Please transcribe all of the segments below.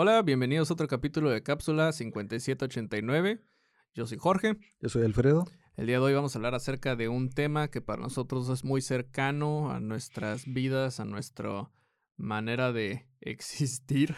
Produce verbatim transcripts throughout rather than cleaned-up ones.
Hola, bienvenidos a otro capítulo de Cápsula cincuenta y siete ochenta y nueve. Yo soy Jorge. Yo soy Alfredo. El día de hoy vamos a hablar acerca de un tema que para nosotros es muy cercano a nuestras vidas, a nuestra manera de existir.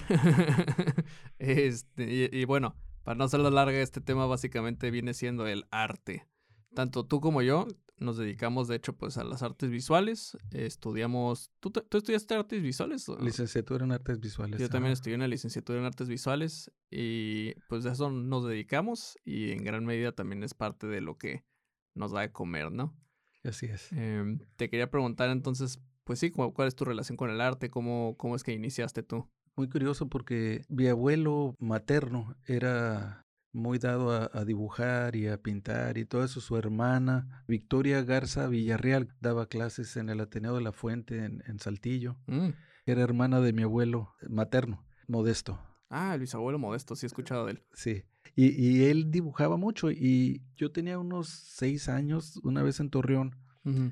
este, y, y bueno, para no hacerlo larga, este tema básicamente viene siendo el arte. Tanto tú como yo nos dedicamos, de hecho, pues a las artes visuales. Eh, estudiamos... ¿Tú, ¿Tú estudiaste artes visuales? ¿O? Licenciatura en Artes Visuales. Yo también Ajá. estudié una licenciatura en artes visuales y pues de eso nos dedicamos y en gran medida también es parte de lo que nos da de comer, ¿no? Así es. Eh, te quería preguntar entonces, pues sí, ¿cuál es tu relación con el arte? ¿Cómo, cómo es que iniciaste tú? Muy curioso porque mi abuelo materno era muy dado a, a dibujar y a pintar y todo eso. Su hermana, Victoria Garza Villarreal, daba clases en el Ateneo de la Fuente en, en Saltillo. Mm. Era hermana de mi abuelo materno, Modesto. Ah, el bisabuelo Modesto, sí he escuchado de él. Sí, y, y él dibujaba mucho y yo tenía unos seis años una vez en Torreón Uh-huh.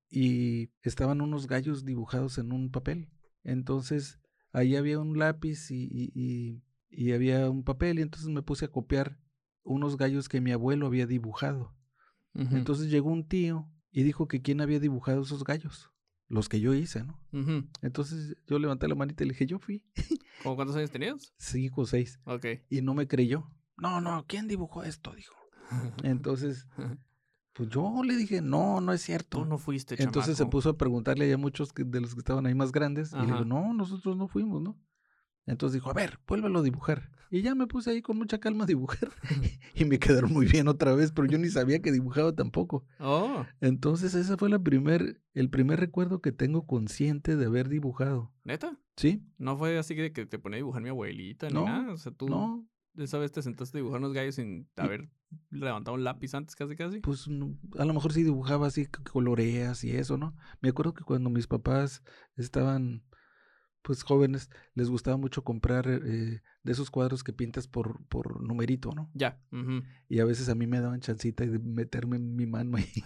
y estaban unos gallos dibujados en un papel. Entonces ahí había un lápiz y, y, y, y había un papel y entonces me puse a copiar unos gallos que mi abuelo había dibujado. Uh-huh. Entonces llegó un tío y dijo que quién había dibujado esos gallos, los que yo hice, ¿no? Uh-huh. Entonces yo levanté la manita y le dije, yo fui. ¿Cómo cuántos años tenías? Cinco o seis. Ok. Y no me creyó. No, no, ¿quién dibujó esto? Dijo. Entonces, pues yo le dije, no, no es cierto. Tú no fuiste, Entonces chamaco. se puso a preguntarle a muchos que, de los que estaban ahí más grandes. Ajá. Y le digo, no, nosotros no fuimos, ¿no? Entonces dijo, a ver, vuélvelo a dibujar. Y ya me puse ahí con mucha calma a dibujar. Y me quedaron muy bien otra vez, pero yo ni sabía que dibujaba tampoco. Oh. Entonces ese fue la primer, el primer recuerdo que tengo consciente de haber dibujado. ¿Neta? ¿Sí? No fue así que, que te ponía a dibujar mi abuelita ni No, nada. O sea, tú no. esa vez te sentaste a dibujar unos gallos sin Y, haber levantado un lápiz antes, casi casi. pues no, a lo mejor sí dibujaba así c- coloreas y eso, ¿no? Me acuerdo que cuando mis papás estaban pues jóvenes, les gustaba mucho comprar eh, de esos cuadros que pintas por, por numerito, ¿no? Ya. Uh-huh. Y a veces a mí me daban chancita de meterme mi mano ahí,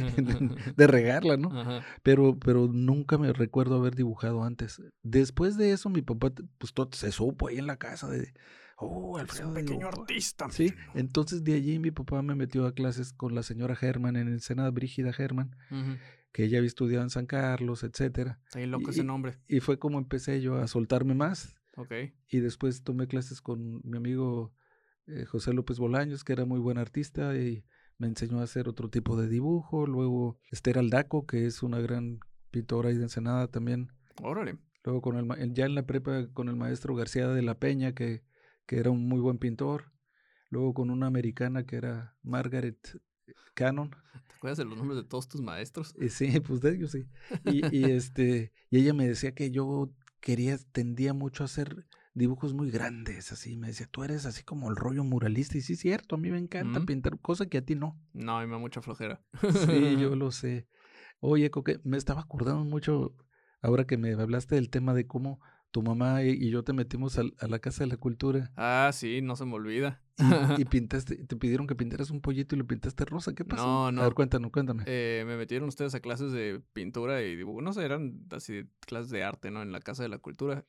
de regarla, ¿no? Ajá. Pero, pero nunca me recuerdo haber dibujado antes. Después de eso, mi papá, pues todo se supo ahí en la casa de, oh, Es un Alfredo pequeño dibujó. artista. Sí, entonces de allí mi papá me metió a clases con la señora Germán en Ensenada, Brígida Germán, Uh-huh. que ella había estudiado en San Carlos, etcétera. Está bien loco Y, ese nombre. y fue como empecé yo a soltarme más. Ok. Y después tomé clases con mi amigo eh, José López Bolaños, que era muy buen artista y me enseñó a hacer otro tipo de dibujo. Luego Esther Aldaco, que es una gran pintora ahí de Ensenada también. Órale. Luego con el, ma- ya en la prepa con el maestro García de la Peña, que, que era un muy buen pintor. Luego con una americana que era Margaret Cannon. ¿Te acuerdas de los nombres de todos tus maestros? Y sí, pues de ellos sí. Y, y este, y ella me decía que yo quería, tendía mucho a hacer dibujos muy grandes, así. Me decía, tú eres así como el rollo muralista. Y sí, es cierto, a mí me encanta ¿Mm? pintar, cosa que a ti no. No, a mí me da mucha flojera. Sí, yo lo sé. Oye, Coque, me estaba acordando mucho ahora que me hablaste del tema de cómo tu mamá y, y yo te metimos al- a la Casa de la Cultura Ah, sí, no se me olvida. y, y pintaste, te pidieron que pintaras un pollito y lo pintaste rosa. ¿Qué pasó? No, A ver, no. cuéntanos, cuéntame. Eh, me metieron ustedes a clases de pintura y dibujo. No sé, eran así clases de arte, ¿no? En la Casa de la Cultura.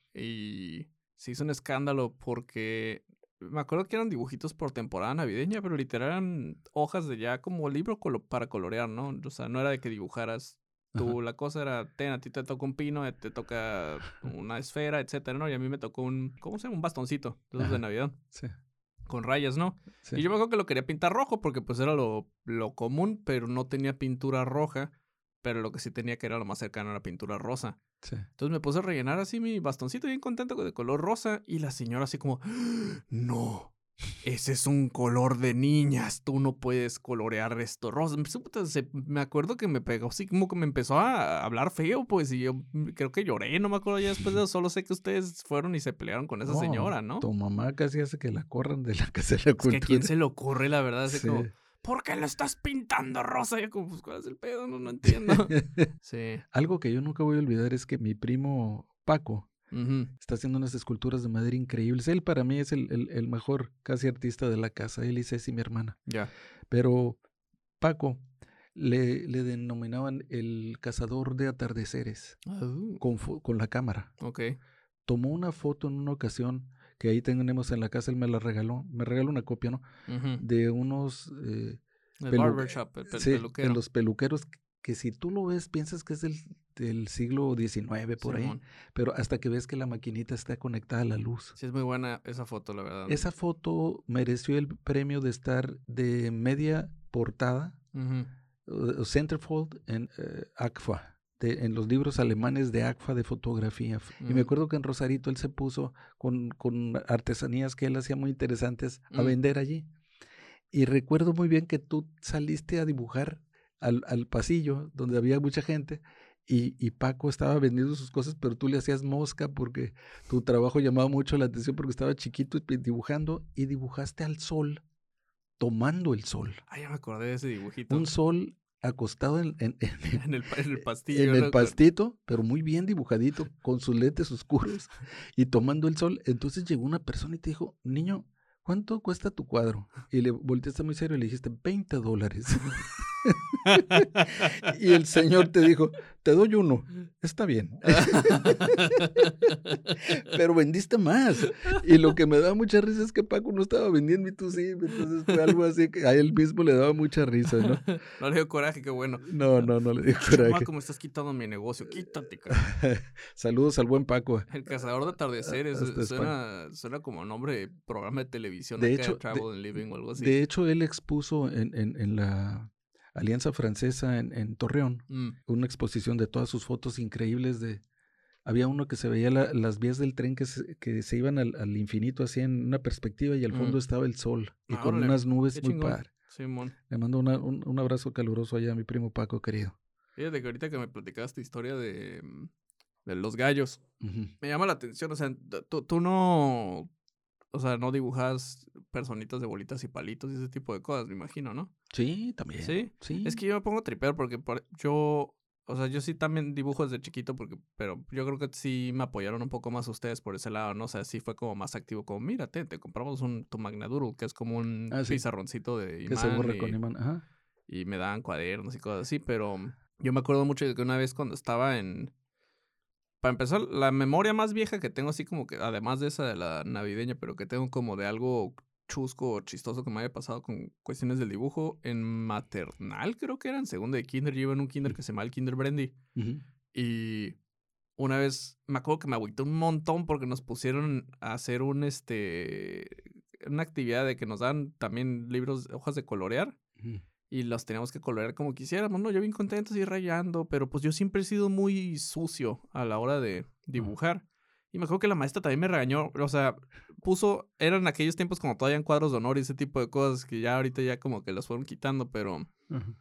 Y se hizo un escándalo porque me acuerdo que eran dibujitos por temporada navideña, pero literal eran hojas de ya como libro colo- para colorear, ¿no? O sea, no era de que dibujaras tú. Ajá. La cosa era, ten, a ti te toca un pino, eh, te toca una esfera, etcétera, ¿no? Y a mí me tocó un, ¿cómo se llama? Un bastoncito de esos de Ajá. Navidad. Sí, Con rayas, ¿no? sí. Y yo me acuerdo que lo quería pintar rojo porque pues era lo, lo común, pero no tenía pintura roja, pero lo que sí tenía que era lo más cercano a la pintura rosa. Sí. Entonces me puse a rellenar así mi bastoncito bien contento de color rosa y la señora así como, no, ese es un color de niñas, tú no puedes colorear esto rosa. Empezó, puta, se- me acuerdo que me pegó así como que me empezó a hablar feo, pues, y yo mm, creo que lloré, no me acuerdo ya después de eso, solo sé que ustedes fueron y se pelearon con esa No, señora, ¿no? tu mamá casi hace que la corran de la Casa de la Es que a quién Cultura. se le ocurre, la verdad, así Sí. como, ¿por qué lo estás pintando rosa? Y yo como, pues, ¿cuál es el pedo? No, no entiendo. Sí. Algo que yo nunca voy a olvidar es que mi primo Paco Ujú. está haciendo unas esculturas de madera increíbles. Él para mí es el, el- el mejor casi artista de la casa, él y Ceci, mi hermana. Ya. Pero Paco le, le denominaban el cazador de atardeceres Ah, con, fo- con la cámara. ok. Tomó una foto en una ocasión que ahí tenemos en la casa, él me la regaló, me regaló una copia, ¿no? Ujú. De unos... Eh, El pelu- barbershop, el pel- sí, de peluquero. los peluqueros que, que si tú lo ves piensas que es del, del siglo diecinueve por ahí, Simón. pero hasta que ves que la maquinita está conectada a la luz. Sí, es muy buena esa foto, la verdad. Esa foto mereció el premio de estar de media portada, Ujú. uh, centerfold en uh, A C F A, de, en los libros alemanes de A C F A de fotografía. Y me Mm. acuerdo que en Rosarito él se puso con, con artesanías que él hacía muy interesantes a Mm. vender allí. Y recuerdo muy bien que tú saliste a dibujar al, al pasillo donde había mucha gente y, y Paco estaba vendiendo sus cosas, pero tú le hacías mosca porque tu trabajo llamaba mucho la atención porque estaba chiquito y dibujando, y dibujaste al sol, tomando el sol. Ah, ya me acordé de ese dibujito. Un sol acostado en, en, en, En el, pa- en el pastillo. en el ¿no? pastito, pero muy bien dibujadito, con sus lentes oscuros y tomando el sol. Entonces llegó una persona y te dijo, niño, ¿cuánto cuesta tu cuadro? Y le volteaste muy serio y le dijiste, veinte dólares. Y el señor te dijo, te doy uno, está bien. Pero vendiste más. Y lo que me daba mucha risa es que Paco no estaba vendiendo y tú sí. Entonces fue algo así que a él mismo le daba mucha risa, ¿no? No le dio coraje, qué bueno. No, no, no le dio coraje. Chamaco, me estás quitando mi negocio. Quítate, cara. Saludos al buen Paco. El cazador de atardeceres. Hasta eh, Suena, suena como nombre de programa de televisión. De acá hecho, de Travel de- and Living o algo así. De hecho, él expuso en, en, en la Alianza Francesa en, en Torreón Mm. una exposición de todas sus fotos increíbles de... Había uno que se veía la- las vías del tren que se, que se iban al, al infinito así en una perspectiva y al fondo Mm. estaba el sol y Ah, con órale, unas nubes qué muy chingón. padre. Simón. Le mando una- un, un abrazo caluroso allá a mi primo Paco querido. Fíjate que ahorita que me platicaste historia de, mm, de los gallos, Ujú. me llama la atención. O sea, t- tú, tú no. O sea, no dibujas personitas de bolitas y palitos y ese tipo de cosas, me imagino, ¿no? Sí, también. Sí. Sí. Es que yo me pongo a tripear porque por- yo. O sea, yo sí también dibujo desde chiquito, porque, pero yo creo que sí me apoyaron un poco más ustedes por ese lado, ¿no? O sea, sí fue como más activo, como, mírate, te compramos un, tu Magnadoodle, que es como un Ah, sí. pizarroncito de Que se imán borra y, con imán. Ajá. y me daban cuadernos y cosas así, pero yo me acuerdo mucho de que una vez cuando estaba en... Para empezar, la memoria más vieja que tengo, así como que, además de esa de la navideña, pero que tengo como de algo chusco o chistoso que me haya pasado con cuestiones del dibujo, en maternal creo que era, en segundo de kinder, yo iba en un kinder que se llama el Kinder Brandy, Ujú. y una vez me acuerdo que me agüité un montón porque nos pusieron a hacer un, este, una actividad de que nos dan también libros, hojas de colorear, Ujú. y los teníamos que colorear como quisiéramos, ¿no? Yo bien contento, así rayando, pero pues yo siempre he sido muy sucio a la hora de dibujar. Y me acuerdo que la maestra también me regañó, o sea, puso, eran aquellos tiempos como todavía en cuadros de honor y ese tipo de cosas que ya ahorita ya como que los fueron quitando, pero Ajá.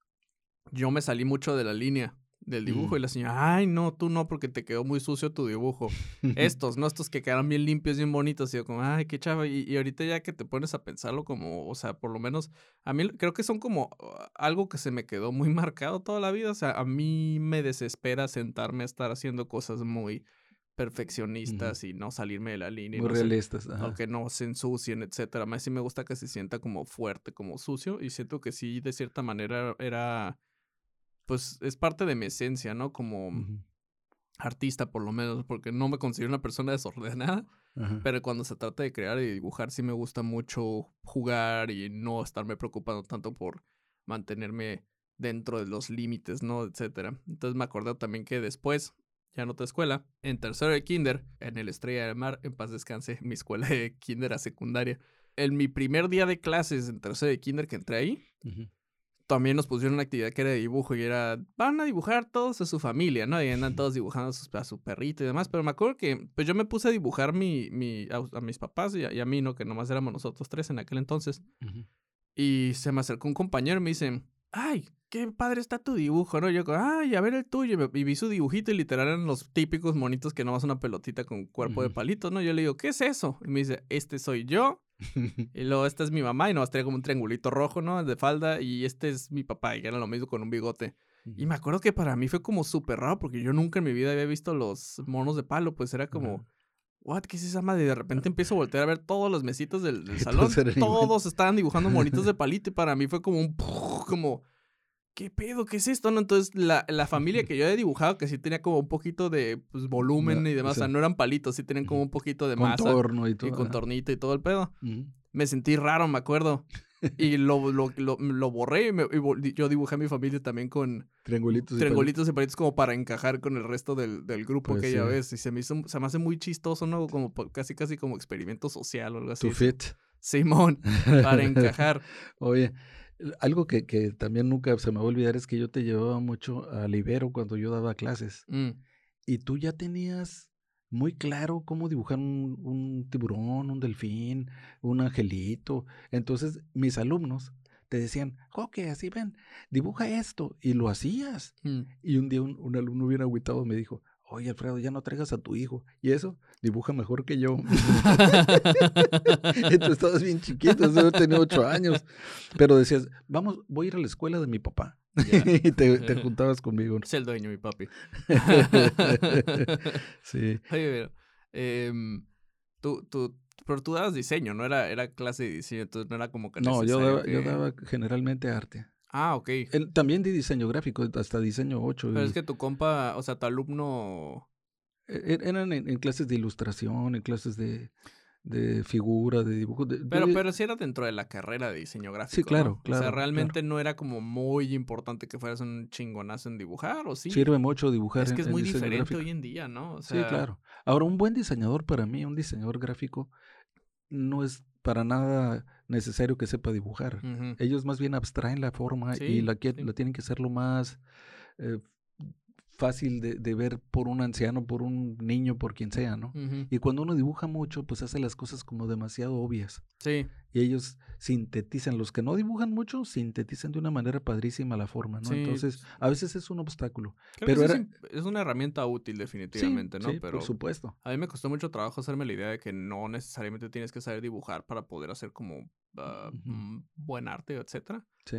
yo me salí mucho de la línea del dibujo Mm. y la señora, ay, no, tú no, porque te quedó muy sucio tu dibujo. Estos, ¿no? Estos que quedaron bien limpios, bien bonitos. Y yo como, ay, qué chava. Y, y ahorita ya que te pones a pensarlo como, o sea, por lo menos, a mí creo que son como uh, algo que se me quedó muy marcado toda la vida. O sea, a mí me desespera sentarme a estar haciendo cosas muy perfeccionistas y no salirme de la línea. y Muy no se- realistas. o Ajá. que no se ensucien, etcétera. A mí sí me gusta que se sienta como fuerte, como sucio. Y siento que sí, de cierta manera, era... Pues es parte de mi esencia, ¿no? Como Ujú. artista, por lo menos, porque no me considero una persona desordenada, Ajá. pero cuando se trata de crear y dibujar, sí me gusta mucho jugar y no estarme preocupando tanto por mantenerme dentro de los límites, ¿no? Etcétera. Entonces me acordé también que después, ya en otra escuela, en tercero de kinder, en el Estrella del Mar, en paz descanse, mi escuela de kinder a secundaria, en mi primer día de clases en tercero de kinder que entré ahí, Ujú. también nos pusieron una actividad que era de dibujo y era, van a dibujar todos a su familia, ¿no? Y andan todos dibujando a, sus, a su perrito y demás, pero me acuerdo que pues yo me puse a dibujar mi, mi, a, a mis papás y a, y a mí, ¿no? Que nomás éramos nosotros tres en aquel entonces. Ujú. Y se me acercó un compañero y me dice, ay, qué padre está tu dibujo, ¿no? Y yo, ay, a ver el tuyo. Y, me, y vi su dibujito y literal eran los típicos monitos que nomás una pelotita con cuerpo de Ujú. palito, ¿no? Yo le digo, ¿qué es eso? Y me dice, este soy yo. Y luego, esta es mi mamá y nomás traía como un triangulito rojo, ¿no? De falda. Y este es mi papá y era lo mismo con un bigote. Y me acuerdo que para mí fue como súper raro porque yo nunca en mi vida había visto los monos de palo. Pues era como, Ajá. what, ¿qué es esa madre? Y de repente empiezo a voltear a ver todos los mesitos del, del Y salón. todos eran igual. Todos estaban dibujando monitos de palito y para mí fue como un... como... ¿qué pedo? ¿Qué es esto? ¿No? Entonces, la, la familia que yo he dibujado, que sí tenía como un poquito de pues, volumen Ma- y demás, o o sea, sea, no eran palitos, sí tenían como ujú, un poquito de masa contorno y y todo. Ajá. contornito y todo el pedo. Ujú. Me sentí raro, me acuerdo. Y lo, lo, lo, lo borré y, me- y vol- yo dibujé a mi familia también con Triangulitos y palitos. triangulitos y palitos como para encajar con el resto del, del grupo Pues aquella sí, vez. Y se me hizo, se me hace muy chistoso, ¿no? Como po- casi, casi como experimento social o algo así. tu se- fit. Simón, para encajar. Oye, el- algo que, que también nunca se me va a olvidar es que yo te llevaba mucho al Ibero cuando yo daba clases. Mm, Y tú ya tenías muy claro cómo dibujar un, un tiburón, un delfín, un angelito. Entonces, mis alumnos te decían, ok, así ven, dibuja esto. Y lo hacías. mm. Y un día un, un alumno bien agüitado me dijo, oye, Alfredo, ya no traigas a tu hijo. Y eso, dibuja mejor que yo. Y tú estabas bien chiquito, yo tenía ocho años. Pero decías, vamos, voy a ir a la escuela de mi papá. Ya. Y te, te juntabas conmigo. Es el dueño, mi papi. Sí. Oye, pero, em, tú, tú, pero tú dabas diseño, ¿no? Era, era clase de diseño, entonces no era como que No, yo necesario daba, yo que... daba generalmente arte. Ah, ok. El- también di diseño gráfico, hasta diseño ocho. Pero es Y, que tu compa, o sea, tu alumno... e- e- eran en, en clases de ilustración, en clases de, de figura, de dibujo. de- yo Pero, di- pero sí era dentro de la carrera de diseño sí, gráfico, claro, ¿no? O sea, claro, claro. realmente no era como muy importante que fueras un chingonazo en dibujar, ¿o sí? Sirve mucho dibujar Es en, que es en muy diseño diferente gráfico. hoy en día, ¿no? O Sí, sea... claro. Ahora, un buen diseñador para mí, un diseñador gráfico, no es para nada necesario que sepa dibujar. ujú. Ellos más bien abstraen la forma y Sí, la, quie- sí. la tienen que hacer lo más eh, fácil de, de ver por un anciano, por un niño, por quien sea, ¿no? Ujú. Y cuando uno dibuja mucho, pues hace las cosas como demasiado obvias. Sí, Y ellos sintetizan, los que no dibujan mucho, sintetizan de una manera padrísima la forma, ¿no? sí. Entonces, pues, a veces es un obstáculo. creo Pero que sí es, era, imp- es una herramienta útil sí, definitivamente, ¿no? sí, por Pero supuesto. a mí me costó mucho trabajo hacerme la idea de que no necesariamente tienes que saber dibujar para poder hacer como ah, Ujú, mm, buen arte, etcétera. sí.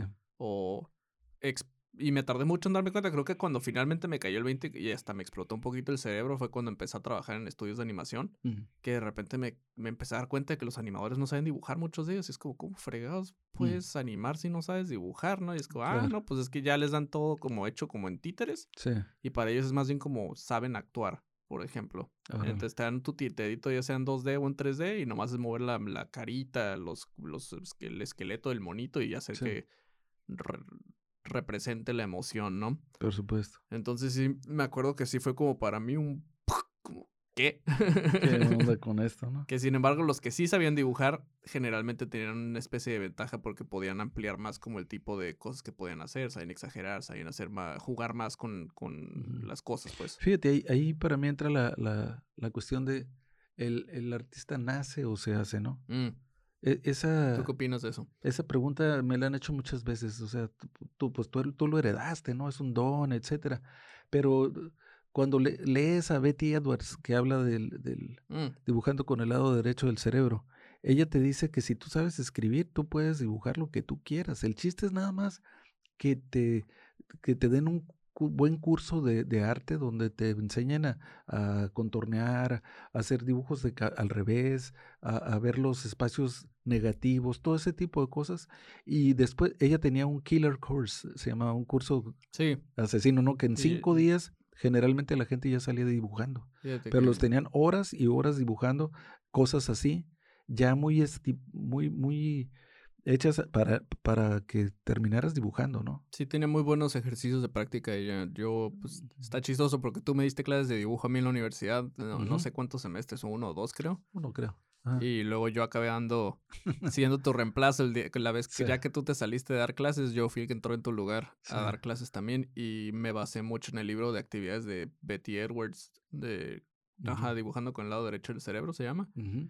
O ex- y me tardé mucho en darme cuenta. Creo que cuando finalmente me cayó el veinte y hasta me explotó un poquito el cerebro fue cuando empecé a trabajar en estudios de animación. Ujú, Que de repente me, me empecé a dar cuenta de que los animadores no saben dibujar, muchos de ellos. Y es como, ¿cómo fregados ujú, puedes animar si no sabes dibujar, no? Y es como, ah, claro. no, pues es que ya les dan todo como hecho como en títeres. Sí, Y para ellos es más bien como saben actuar, por ejemplo. órale. Entonces te dan tu titedito ya sea en dos D o en tres D y nomás es mover la, la carita, los, los, esque- el esqueleto del monito y hacer Sí, que re- represente la emoción, ¿no? por supuesto. Entonces sí, me acuerdo que sí fue como para mí un... como, ¿qué? ¿Qué onda con esto, no? Que sin embargo los que sí sabían dibujar generalmente tenían una especie de ventaja porque podían ampliar más como el tipo de cosas que podían hacer, sabían exagerar, sabían hacer más, jugar más con, con Ujú. las cosas, pues. Fíjate, ahí, ahí para mí entra la, la, la cuestión de el, el artista nace o se hace, ¿no? Mm, E- ¿Tú qué esa, opinas de eso? esa pregunta me la han hecho muchas veces, o sea, tú, tú, pues tú, tú lo heredaste, ¿no? Es un don, etcétera. Pero uh, cuando le- lees a Betty Edwards, que habla del, del Mm, dibujando con el lado derecho del cerebro, ella te dice que si tú sabes escribir, tú puedes dibujar lo que tú quieras. El chiste es nada más que te, que te den un cu- buen curso de, de arte donde te enseñen a, a contornear, a hacer dibujos de ca- al revés, a, a ver los espacios negativos, todo ese tipo de cosas. Y después ella tenía un killer course, se llama un curso sí, asesino, ¿no? Que en sí, cinco y- días generalmente la gente ya salía dibujando, fíjate pero los que tenían horas y horas dibujando cosas así, ya muy, esti- muy, muy hechas para, para que terminaras dibujando, ¿no? sí tiene muy buenos ejercicios de práctica ella. Yo, pues, está chistoso porque tú me diste clases de dibujo a mí en la universidad, no, no Ujú. sé cuántos semestres, uno o dos creo. Uno creo. Ajá. Y luego yo acabé dando, siendo tu reemplazo el día, la vez que Sí, ya que tú te saliste de dar clases, yo fui el que entró en tu lugar sí. a dar clases también y me basé mucho en el libro de actividades de Betty Edwards, de, ajá, Ujú, dibujando con el lado derecho del cerebro se llama. ujú.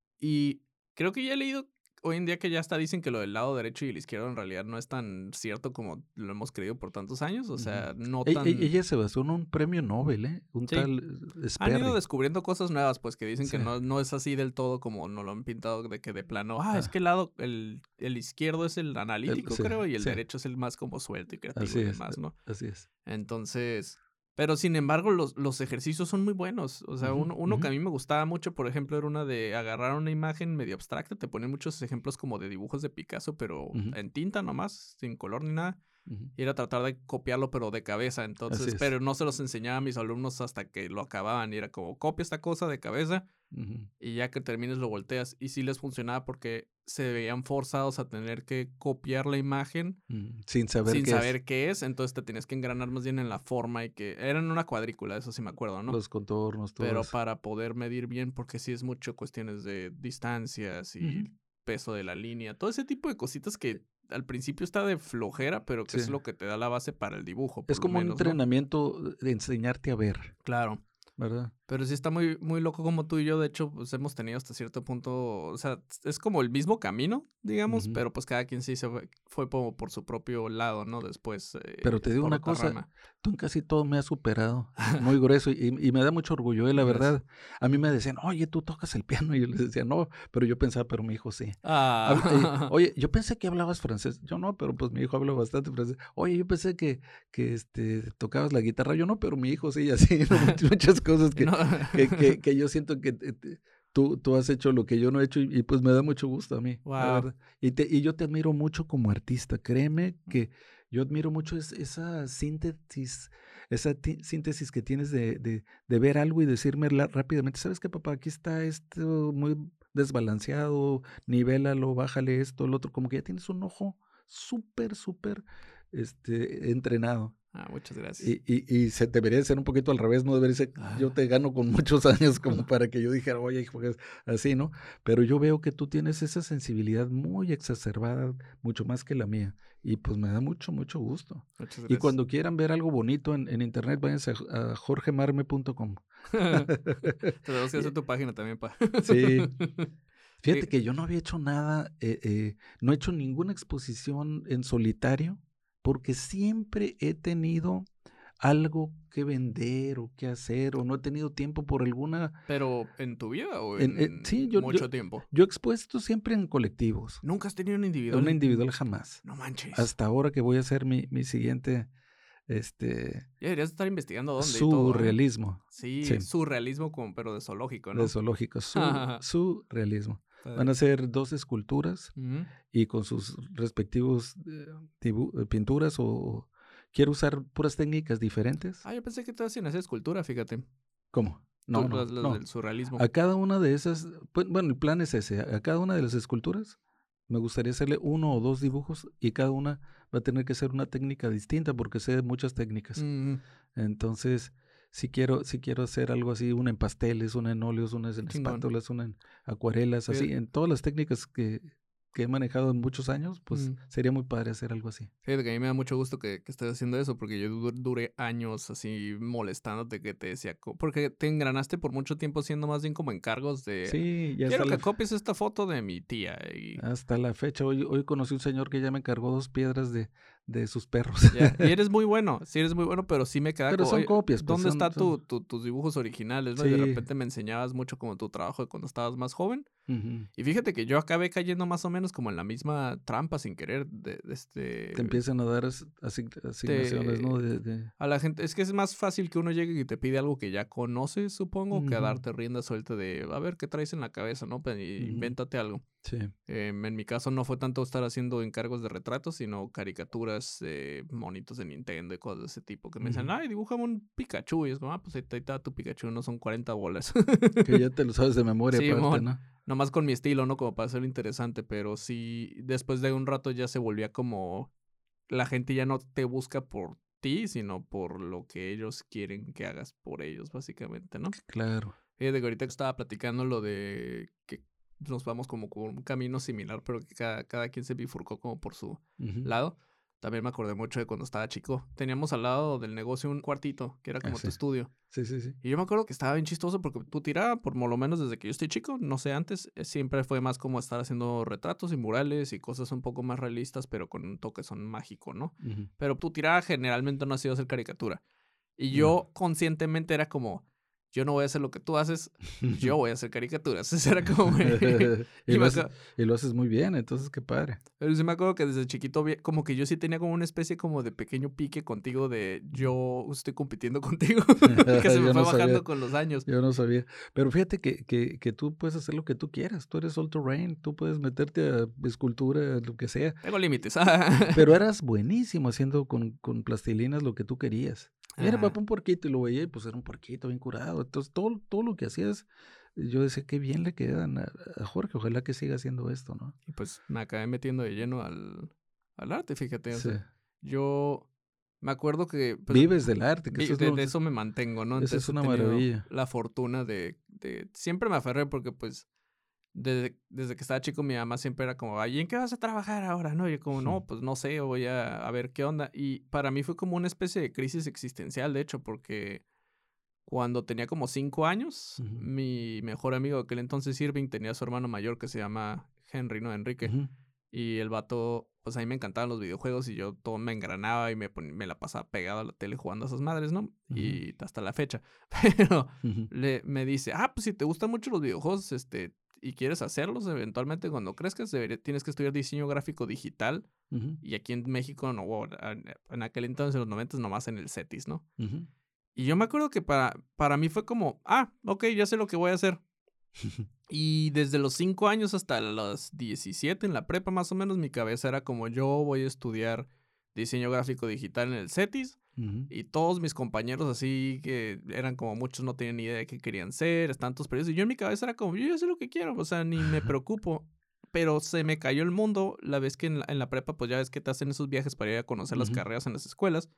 Y creo que ya he leído hoy en día que ya hasta dicen que lo del lado derecho y el izquierdo en realidad no es tan cierto como lo hemos creído por tantos años, o Ujú. sea, no E- e- tan... Ella se basó en un premio Nobel, ¿eh? Un Sí. tal eh, Han ido Sperry. descubriendo cosas nuevas, pues que dicen Sí. que no, no es así del todo como nos lo han pintado de que de plano, ah, es Ah, que el lado, el, el izquierdo es el el- analítico, sí, creo, y el sí, derecho es el más como suelto y creativo así y es, demás, eh, ¿no? así es. Entonces, pero sin embargo, los, los ejercicios son muy buenos. O sea, Ujú, uno, uno que a ujú, mí me gustaba mucho, por ejemplo, era una de agarrar una imagen medio abstracta, te ponen muchos ejemplos como de dibujos de Picasso, pero ujú, en tinta nomás, sin color ni nada. Ujú. Y era tratar de copiarlo, pero de cabeza. Así Entonces, es. pero no se los enseñaba a mis alumnos hasta que lo acababan. Y era como, copia esta cosa de cabeza Ujú. y ya que termines lo volteas. Y sí les funcionaba porque se veían forzados a tener que copiar la imagen Ujú. Sin saber sin qué es. saber qué es. Entonces te tenías que engranar más bien en la forma y que eran una cuadrícula, eso sí me acuerdo, ¿no? Los contornos, todo Pero eso. para poder medir bien, porque sí es mucho cuestiones de distancias y Ujú. peso de la línea, todo ese tipo de cositas que al principio está de flojera, pero que Sí. es lo que te da la base para el dibujo, por Es lo como un menos, ¿no? entrenamiento de enseñarte a ver, Claro. ¿verdad? Pero sí está muy, muy loco como tú y yo, de hecho, pues hemos tenido hasta cierto punto, o sea, es como el mismo camino, digamos, Ujú. pero pues cada quien sí se fue, fue como por su propio lado, ¿no? Después, Pero eh, te digo por una otra cosa, rama. tú en casi todo me has superado, muy grueso, y, y me da mucho orgullo, eh, la Gracias. verdad. A mí me decían, oye, tú tocas el piano, y yo les decía, no, pero yo pensaba, pero mi hijo sí. Habla- eh, Ah. oye, yo pensé que hablabas francés, yo no, pero pues mi hijo habla bastante francés. Oye, yo pensé que, que este, tocabas la guitarra, yo no, pero mi hijo sí, y así, ¿no? Much- muchas cosas que, No. que, que, que yo siento que te- te- tú, tú has hecho lo que yo no he hecho, y, y pues me da mucho gusto a mí, la Wow. verdad. Y, te, y yo te admiro mucho como artista, créeme que yo admiro mucho es- esa síntesis, esa ti- síntesis que tienes de, de, de ver algo y decirme la- rápidamente, ¿sabes qué, papá? Aquí está esto muy desbalanceado, nivélalo, bájale esto, el otro, como que ya tienes un ojo súper, súper este, entrenado. Ah, muchas gracias. Y, y, y se debería ser un poquito al revés, no debería ser, yo te gano con muchos años como para que yo dijera, oye, hijo, es así, ¿no? Pero yo veo que tú tienes esa sensibilidad muy exacerbada, mucho más que la mía, y pues me da mucho, mucho gusto. Muchas Y gracias. cuando quieran ver algo bonito en, en internet, váyanse a, a jorge marme punto com. Tenemos que Y- hacer tu página también, pa. Sí. Fíjate Eh, que yo no había hecho nada, eh, eh, no he hecho ninguna exposición en solitario, porque siempre he tenido algo que vender o que hacer, o no he tenido tiempo por alguna... ¿Pero en tu vida o en- eh, sí, en yo, yo, mucho tiempo? yo he expuesto siempre en colectivos, ¿Nunca has tenido un individual? una en- individual jamás. No manches. Hasta ahora que voy a hacer mi, mi siguiente, este, Ya deberías estar investigando dónde y todo, ¿eh? surrealismo. Sí, Sí, surrealismo, como, pero de zoológico, de ¿no? zoológico, su, surrealismo. Van Padre. a ser dos esculturas Ujú. y con sus respectivos eh, dibu- eh, pinturas, o quiero usar puras técnicas diferentes. Ah, yo pensé que te hacían hacer escultura, fíjate. ¿Cómo? Tú, No, las, no, las no. del surrealismo. A cada una de esas, pues, bueno, el plan es ese, a cada una de las esculturas me gustaría hacerle uno o dos dibujos, y cada una va a tener que ser una técnica distinta porque sé muchas técnicas. Mm, Entonces, si quiero, si quiero hacer algo así, una en pasteles, una en óleos, una qué en chingón. espátulas, una en acuarelas, así, Fíjate, en todas las técnicas que, que he manejado en muchos años, pues mm, sería muy padre hacer algo así. fíjate que a mí me da mucho gusto que, que estés haciendo eso, porque yo du- duré años así molestándote que te decía, co- porque te engranaste por mucho tiempo siendo más bien como encargos de, Sí, y quiero hasta que la, copies esta foto de mi tía. Y hasta la fecha, hoy, hoy conocí un señor que ya me encargó dos piedras de, de sus perros. ya, y eres muy bueno, sí eres muy bueno, pero sí me queda Pero como, son oye, copias, pues ¿dónde son, está son, tu, tu- tus dibujos originales, no? Y de sí. repente me enseñabas mucho como tu trabajo de cuando estabas más joven. Ujú. Y fíjate que yo acabé cayendo más o menos como en la misma trampa sin querer, de, de Te este, empiezan a dar as- asign- asignaciones, ¿no? te, De, de- a la gente, es que es más fácil que uno llegue y te pide algo que ya conoces, supongo, que a Ujú, darte rienda suelta de, a ver, ¿qué traes en la cabeza, no? Pues, y- ujú. invéntate algo. Sí. Em, en mi caso no fue tanto estar haciendo encargos de retratos, sino caricaturas, eh, monitos de Nintendo y cosas de ese tipo, que me dicen, Ujú. ay, dibújame un Pikachu, y es como, ah, pues ahí está ahí está tu Pikachu, no son cuarenta bolas. Que ya te lo sabes de memoria Sí, aparte, mon. ¿no? Nomás con mi estilo, ¿no? Como para hacerlo interesante, pero sí, después de un rato ya se volvía como, la gente ya no te busca por ti, sino por lo que ellos quieren que hagas por ellos, básicamente, ¿no? Claro. Fíjate que ahorita estaba platicando lo de que nos vamos como con un camino similar, pero que cada, cada quien se bifurcó como por su Ujú. lado. También me acordé mucho de cuando estaba chico. Teníamos al lado del negocio un cuartito, que era Ah, como tu sí. estudio. Sí, sí, sí. Y yo me acuerdo que estaba bien chistoso porque tu tirada, por lo menos desde que yo estoy chico, no sé antes, eh, siempre fue más como estar haciendo retratos y murales y cosas un poco más realistas, pero con un toque son mágico, ¿no? Ujú. Pero tu tirada generalmente no ha sido hacer caricatura. Y No. yo conscientemente era como, yo no voy a hacer lo que tú haces, yo voy a hacer caricaturas. Ese era como... mi- y, y lo me haces, acuerdo, y lo haces muy bien, entonces qué padre. pero sí me acuerdo que desde chiquito, vi- como que yo sí tenía como una especie como de pequeño pique contigo de yo estoy compitiendo contigo, que se me Yo fue no sabía, bajando con los años. yo no sabía. Pero fíjate que, que, que tú puedes hacer lo que tú quieras. Tú eres all terrain, tú puedes meterte a escultura, lo que sea. Tengo límites. Pero eras buenísimo haciendo con, con plastilinas lo que tú querías. Mira, Ajá. papá, un puerquito, y lo veía, y pues era un puerquito bien curado. Entonces, todo, todo lo que hacías, yo decía, qué bien le quedan a, a Jorge, ojalá que siga haciendo esto, ¿no? Y pues me acabé metiendo de lleno al, al arte, fíjate. O Sí. sea, yo me acuerdo que pues, Vives del arte, que vi- eso es de, lo, de eso me mantengo, ¿no? eso es Entonces he una tenido maravilla. la fortuna de, de... Siempre me aferré porque pues desde, desde que estaba chico mi mamá siempre era como, ay, ¿en qué vas a trabajar ahora? No, y yo como, no, pues no sé, voy a, a ver qué onda. Y para mí fue como una especie de crisis existencial, de hecho, porque cuando tenía como cinco años, Ujú, mi mejor amigo de aquel entonces, Irving, tenía a su hermano mayor que se llama Henry, ¿no? Enrique. ujú, Y el vato, pues a mí me encantaban los videojuegos y yo todo me engranaba y me, pon- me la pasaba pegado a la tele jugando a esas madres, ¿no? ujú, Y hasta la fecha. Pero ujú, le, me dice, ah, pues si te gustan mucho los videojuegos, este, y quieres hacerlos eventualmente cuando crezcas, debería- tienes que estudiar diseño gráfico digital. ujú, Y aquí en México, no, o en en aquel entonces, en los noventas, nomás en el CETIS, ¿no? ujú. Y yo me acuerdo que para, para mí fue como, ah, ok, ya sé lo que voy a hacer. Y desde los cinco años hasta los diecisiete en la prepa más o menos, mi cabeza era como yo voy a estudiar diseño gráfico digital en el CETIS. Ujú. Y todos mis compañeros así que eran como muchos no tenían ni idea de qué querían ser, están todos perdidos. Y yo en mi cabeza era como, yo ya sé lo que quiero, o sea, ni me preocupo. Pero se me cayó el mundo la vez que en la, en la prepa, pues ya ves que te hacen esos viajes para ir a conocer las Ujú. carreras en las escuelas.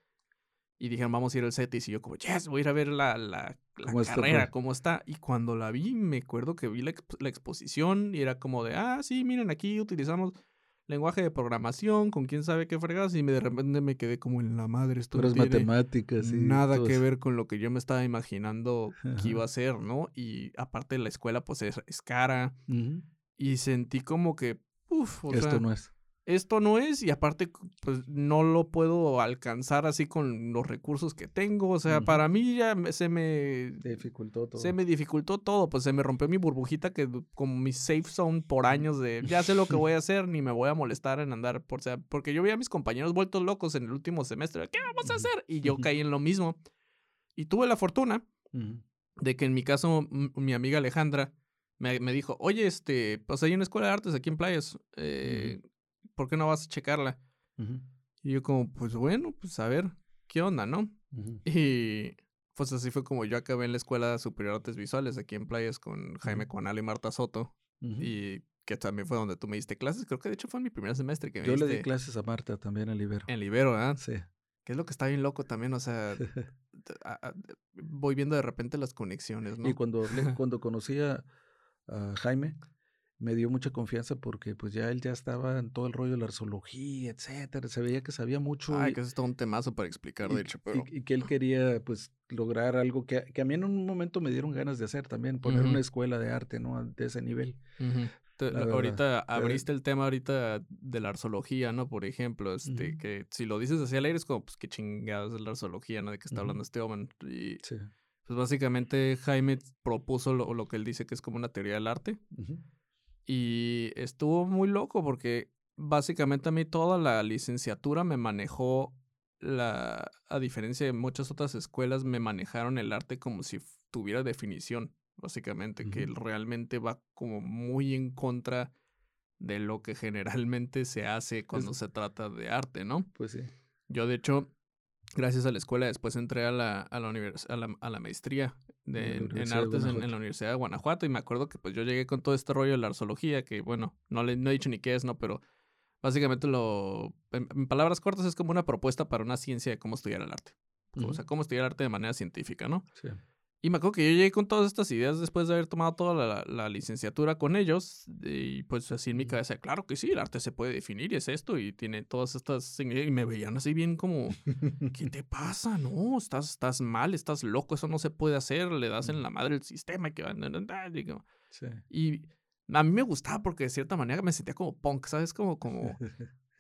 Y dijeron, vamos a ir al CETIS. Y yo como, yes, voy a ir a ver la, la, la ¿Cómo está, carrera, pues? cómo está. Y cuando la vi, me acuerdo que vi la, exp- la exposición y era como de, ah, sí, miren, aquí utilizamos lenguaje de programación con quién sabe qué fregadas. Y me, de repente me quedé como en la madre, esto no Puras tiene matemáticas y nada todo que eso. ver con lo que yo me estaba imaginando que iba Ajá. a ser, ¿no? Y aparte la escuela, pues es, es cara. Ujú. Y sentí como que, uff, o Esto sea, no es. esto no es, y aparte, c- pues no lo puedo alcanzar así con los recursos que tengo. O sea, Ujú. para mí ya me- se me, Te dificultó se todo. me dificultó todo. Pues se me rompió mi burbujita, que du- como mi safe zone por años de ya sé lo que voy a hacer, ni me voy a molestar en andar. Por, o sea, porque yo veía a mis compañeros vueltos locos en el último semestre. ¿Qué vamos a Ujú. hacer? Y yo caí en lo mismo. Y tuve la fortuna Ujú. de que en mi caso, m- mi amiga Alejandra me, me dijo, oye, este, pues hay una escuela de artes aquí en Playas, Ujú. eh, ¿por qué no vas a checarla? Ujú. Y yo como, pues bueno, pues a ver, ¿qué onda, no? Ujú. Y pues así fue como yo acabé en la Escuela Superior de Artes Visuales aquí en Playas con Ujú. Jaime Cuanal y Marta Soto, Ujú. y que también fue donde tú me diste clases. Creo que de hecho fue en mi primer semestre que me Yo le di diste clases a Marta también en Libero. en Libero, ¿ah? Sí. Que es lo que está bien loco también, o sea, t- a- a- voy viendo de repente las conexiones, Y ¿no? cuando hablé, cuando conocí a, a Jaime, me dio mucha confianza porque pues ya él ya estaba en todo el rollo de la arceología, etcétera. Se veía que sabía mucho Ay, y, que eso es todo un temazo para explicar, de y, hecho, y- pero... y que él quería pues lograr algo que, a- que a mí en un momento me dieron ganas de hacer también, poner Ujú, una escuela de arte, ¿no? De ese nivel, ujú. Te- la lo- verdad. ahorita Pero, abriste el tema ahorita de la arzoología, ¿no? Por ejemplo, ujú, este, que si lo dices así al aire es como, pues qué chingados es la arzoología, ¿no? De qué está ujú, hablando este hombre. Y sí. pues básicamente Jaime propuso lo, lo que él dice que es como una teoría del arte. Ujú, Y estuvo muy loco porque básicamente a mí toda la licenciatura me manejó la, a diferencia de muchas otras escuelas, me manejaron el arte como si f- tuviera definición, básicamente, que ujú. realmente va como muy en contra de lo que generalmente se hace Es, cuando se trata de arte, ¿no? pues sí, Yo, de hecho, gracias a la escuela, después entré a la, a la, univers- a la, a la maestría de, en la en, en Universidad de artes en, en Guanajuato. la Universidad de Guanajuato y me acuerdo que pues yo llegué con todo este rollo de la arzoología, que bueno, no, le, no he dicho ni qué es, ¿no? Pero básicamente lo, en, en palabras cortas, es como una propuesta para una ciencia de cómo estudiar el arte. O Ujú, sea, cómo estudiar arte de manera científica, ¿no? sí. Y me acuerdo que yo llegué con todas estas ideas después de haber tomado toda la, la licenciatura con ellos. Y pues así en mi Ujú. cabeza, claro que sí, el arte se puede definir y es esto. Y tiene todas estas... signi- Y me veían así bien como, ¿qué te pasa? No, estás, estás mal, estás loco, eso no se puede hacer. Le das en la madre el sistema y que... Digo, Sí. y a mí me gustaba porque de cierta manera me sentía como punk, ¿sabes? Como, como,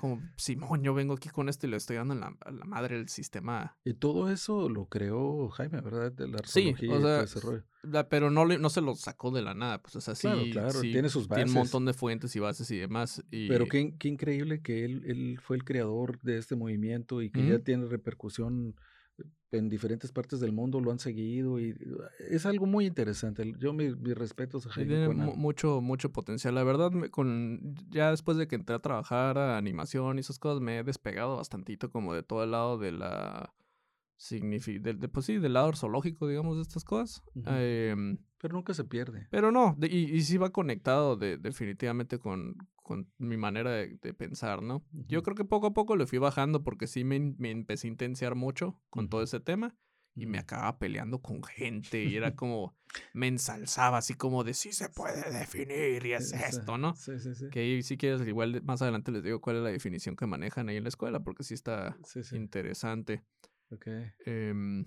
como, Simón, yo vengo aquí con esto y le estoy dando en la, a la madre el sistema. Y todo eso lo creó Jaime, ¿verdad? De la Sí, o arqueología y todo sea, ese rollo. la- pero no, le, no se lo sacó de la nada, pues, o sea, Claro, sí, claro, sí, tiene sus tiene un bases. montón de fuentes y bases y demás. Pero Y, qué, qué increíble que él, él fue el creador de este movimiento y que ya Ujú. tiene repercusión en diferentes partes del mundo, lo han seguido y es algo muy interesante. Yo mis mis respetos a Sí, Jaime tiene mu- Cuenaro. mucho, mucho potencial. La verdad, me- con ya después de que entré a trabajar a animación y esas cosas, me he despegado bastantito como de todo el lado de la signifi del de, pues sí, del lado zoológico, digamos, de estas cosas. Ujú. Em, Pero nunca se pierde. pero no, de- y, y sí va conectado de, definitivamente con, con mi manera de, de pensar, ¿no? Yo Ujú, creo que poco a poco le fui bajando porque sí me, in- me empecé a intensiar mucho con todo ujú, ese tema y me ujú. acababa peleando con gente y era como, me ensalzaba así como de sí se puede definir y es Esa esto, ¿no? sí, sí, sí. Que ahí si quieres, igual de- más adelante les digo cuál es la definición que manejan ahí en la escuela porque sí está Sí, sí. interesante. Okey. Em,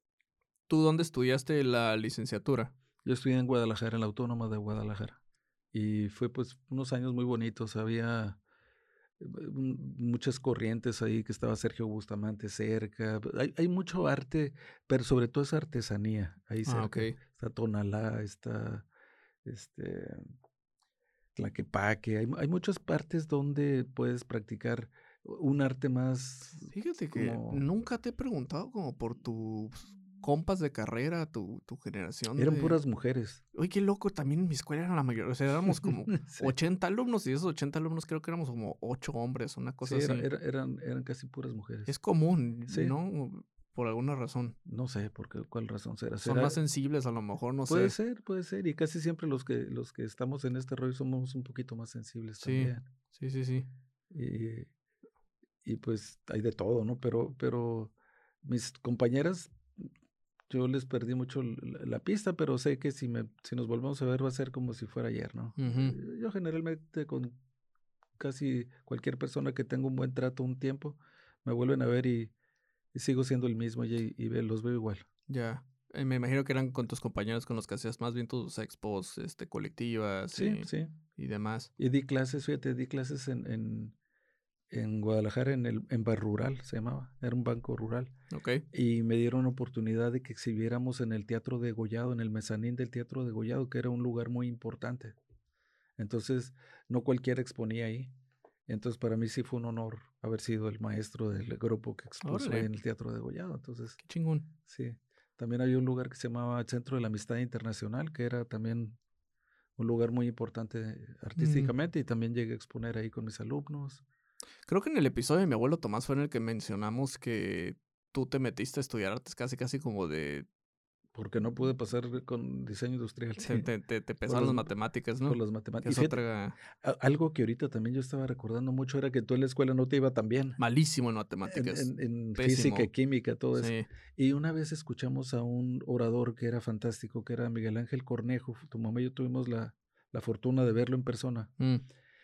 ¿Tú dónde estudiaste la licenciatura? Yo estudié en Guadalajara, en la Autónoma de Guadalajara, y fue, pues, unos años muy bonitos. Había, eh, mm, muchas corrientes ahí, que estaba Sergio Bustamante cerca. Hay hay mucho arte, pero sobre todo es artesanía ahí Ah, cerca. ok. Está Tonalá, está, este, Tlaquepaque. Hay hay muchas partes donde puedes practicar un arte más Fíjate que como nunca te he preguntado como por tus compas de carrera, tu, tu generación eran de... puras mujeres. Oye, qué loco, también en mi escuela era la mayoría, o sea, éramos como Sí, ochenta alumnos y de esos ochenta alumnos creo que éramos como ocho hombres, una sí, cosa era así. era eran eran casi puras mujeres. Es común, Sí. ¿no? Por alguna razón. No sé por qué, cuál razón será. Son Será, más sensibles a lo mejor, no puede sé. ser, puede ser, y casi siempre los que los que estamos en este rollo somos un poquito más sensibles Sí, también. sí, sí, sí. Y y pues hay de todo, ¿no? Pero pero mis compañeras, yo les perdí mucho l la la pista, pero sé que si me si nos volvemos a ver va a ser como si fuera ayer, ¿no? Ujú. Eh, yo generalmente con casi cualquier persona que tengo un buen trato un tiempo, me vuelven a ver y y sigo siendo el mismo y y ve los veo igual. Ya. Eh, me imagino que eran con tus compañeros con los que hacías más bien tus expos, este, colectivas Sí, y, sí. y demás. Y di clases, fíjate, di clases en en en Guadalajara, en el en Rural se llamaba, era un banco rural, Ok. y me dieron oportunidad de que exhibiéramos en el Teatro Degollado, en el mezanín del Teatro Degollado, que era un lugar muy importante. Entonces, no cualquiera exponía ahí. Entonces, para mí sí fue un honor haber sido el maestro del grupo que expuso ahí Órale, en el Teatro Degollado. Entonces, qué chingón. sí. También había un lugar que se llamaba Centro de la Amistad Internacional, que era también un lugar muy importante Mm. artísticamente, y también llegué a exponer ahí con mis alumnos. Creo que en el episodio de mi abuelo Tomás fue en el que mencionamos que tú te metiste a estudiar artes casi casi como de... Porque no pude pasar con diseño industrial, Te, sí, te, te, te por pesaban las las ma matemáticas, por ¿no? las Que matemáticas. Y es fíjate, otra... a algo que ahorita también yo estaba recordando mucho era que tú en la escuela no te iba tan bien, Malísimo en en matemáticas. en en física y Pésimo. química, todo eso. Sí. Y una vez escuchamos a un orador que era fantástico, que era Miguel Ángel Cornejo. Tu mamá y yo tuvimos la la fortuna de verlo en persona. Mm.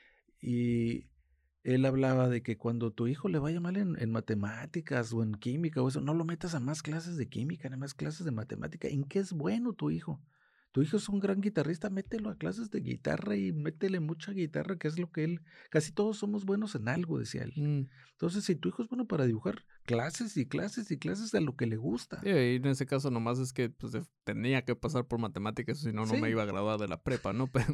Y él hablaba de que cuando tu hijo le vaya mal en en matemáticas o en química o eso, no lo metas a más clases de química, ni más clases de matemática. ¿En qué es bueno tu hijo? Tu hijo es un gran guitarrista, mételo a clases de guitarra y métele mucha guitarra, que es lo que él, casi todos somos buenos en algo, decía él. Mm. Entonces, si tu hijo es bueno para dibujar, clases y clases y clases de lo que le gusta. Sí, ahí en ese caso nomás es que pues, de- tenía que pasar por matemáticas, si no, no me Sí. iba a graduar de la prepa, ¿no? Pero...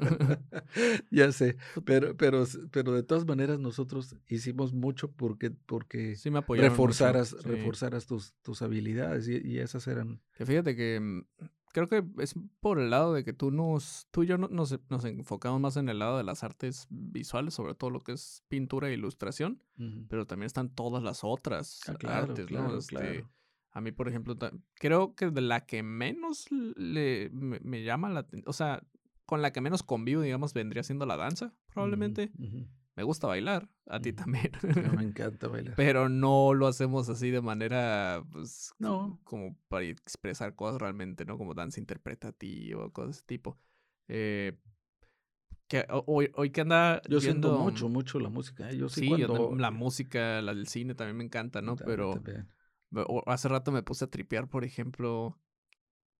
Ya sé, pero pero s pero de todas maneras nosotros hicimos mucho porque porque Sí me apoyaron mucho, reforzaras sí. reforzaras tus tus habilidades y y esas eran Que fíjate que mm, creo que es por el lado de que tú nos, tú y yo no- nos, nos enfocamos más en el lado de las artes visuales, sobre todo lo que es pintura e ilustración, ujú. pero también están todas las otras Ah, claro, artes, ¿no? claro, Este, claro. a mí, por ejemplo, ta- creo que de la que menos le, me, me llama la atención, o sea, con la que menos convivo, digamos, vendría siendo la danza, Ujú, probablemente. ujú, Me gusta bailar, a ti ujú. también. Ah, me encanta bailar. Pero no lo hacemos así de manera, pues, co- No, como para expresar cosas realmente, ¿no? Como danza interpretativa, cosas de ese tipo. Eh, que ho- hoy, hoy que anda yo siento yendo, mucho, mm, mucho la música, ¿eh? Yo sí sí, yo tam- cuando la música, la del cine también me encanta, ¿no? a mí Pero también. o- hace rato me puse a tripear, por ejemplo,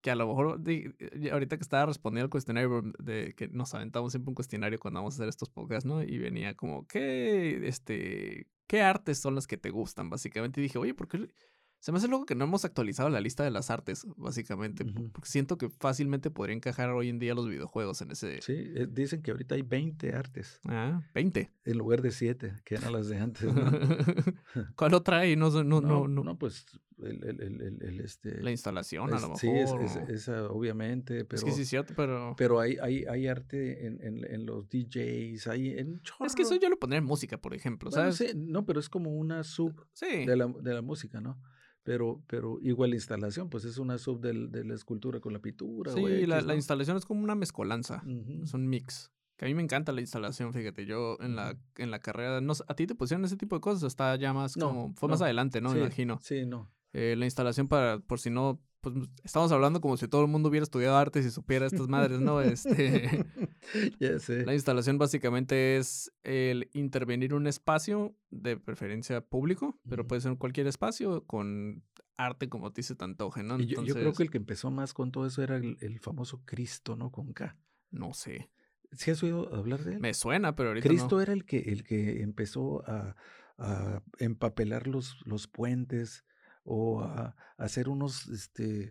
que a lo mejor di- eh, ahorita que estaba respondiendo al cuestionario de que nos aventamos siempre un cuestionario cuando vamos a hacer estos podcasts, ¿no? Y venía como, ¿qué, este, qué artes son las que te gustan? Básicamente, y dije, oye, ¿por qué? Se me hace luego que no hemos actualizado la lista de las artes, básicamente, po- Ujú. porque siento que fácilmente podría encajar hoy en día los videojuegos en ese... Sí, eh, dicen que ahorita hay veinte artes Ah, veinte. en lugar de siete, que eran las de antes, ¿no? ¿Cuál otra hay? No, sé, no, no, No, no. no, pues el, el, el, el, el, La este, instalación, a lo es- sí, es, mejor. es- o- esa obviamente, Es que sí pero, es cierto, pero... pero hay, hay, hay arte en, en, en los D Js, hay en un Es que eso chorro. yo lo pondría en música, por ejemplo, Bueno, ¿sabes? sí, no, pero es como una sub Sí, de la, de la música, ¿no? Pero, pero igual la instalación, pues es una sub del, de la escultura con la pintura o sí, la, X, la ¿no? instalación es como una mezcolanza, Ujú, es un mix. Que a mí me encanta la instalación, fíjate, yo en ujú. la, en la carrera, no sé, ¿a ti te pusieron ese tipo de cosas? Está ya más No, como, fue más no, adelante, ¿no? Me sí, imagino. sí, no. Eh, la instalación para, por si no, pues estamos hablando como si todo el mundo hubiera estudiado artes y supiera estas madres, ¿no? Este, Ya sé. la instalación básicamente es el intervenir un espacio, de preferencia público, pero Ujú. puede ser cualquier espacio con arte como a ti se te antoje, ¿no? Y yo, yo creo que Entonces, el que empezó más con todo eso era el, el famoso Cristo, ¿no? Con K. no sé. ¿Sí has oído hablar de él? Me suena, pero ahorita no. Cristo era el que, el que empezó a, a empapelar los, los puentes o a, a hacer unos, este,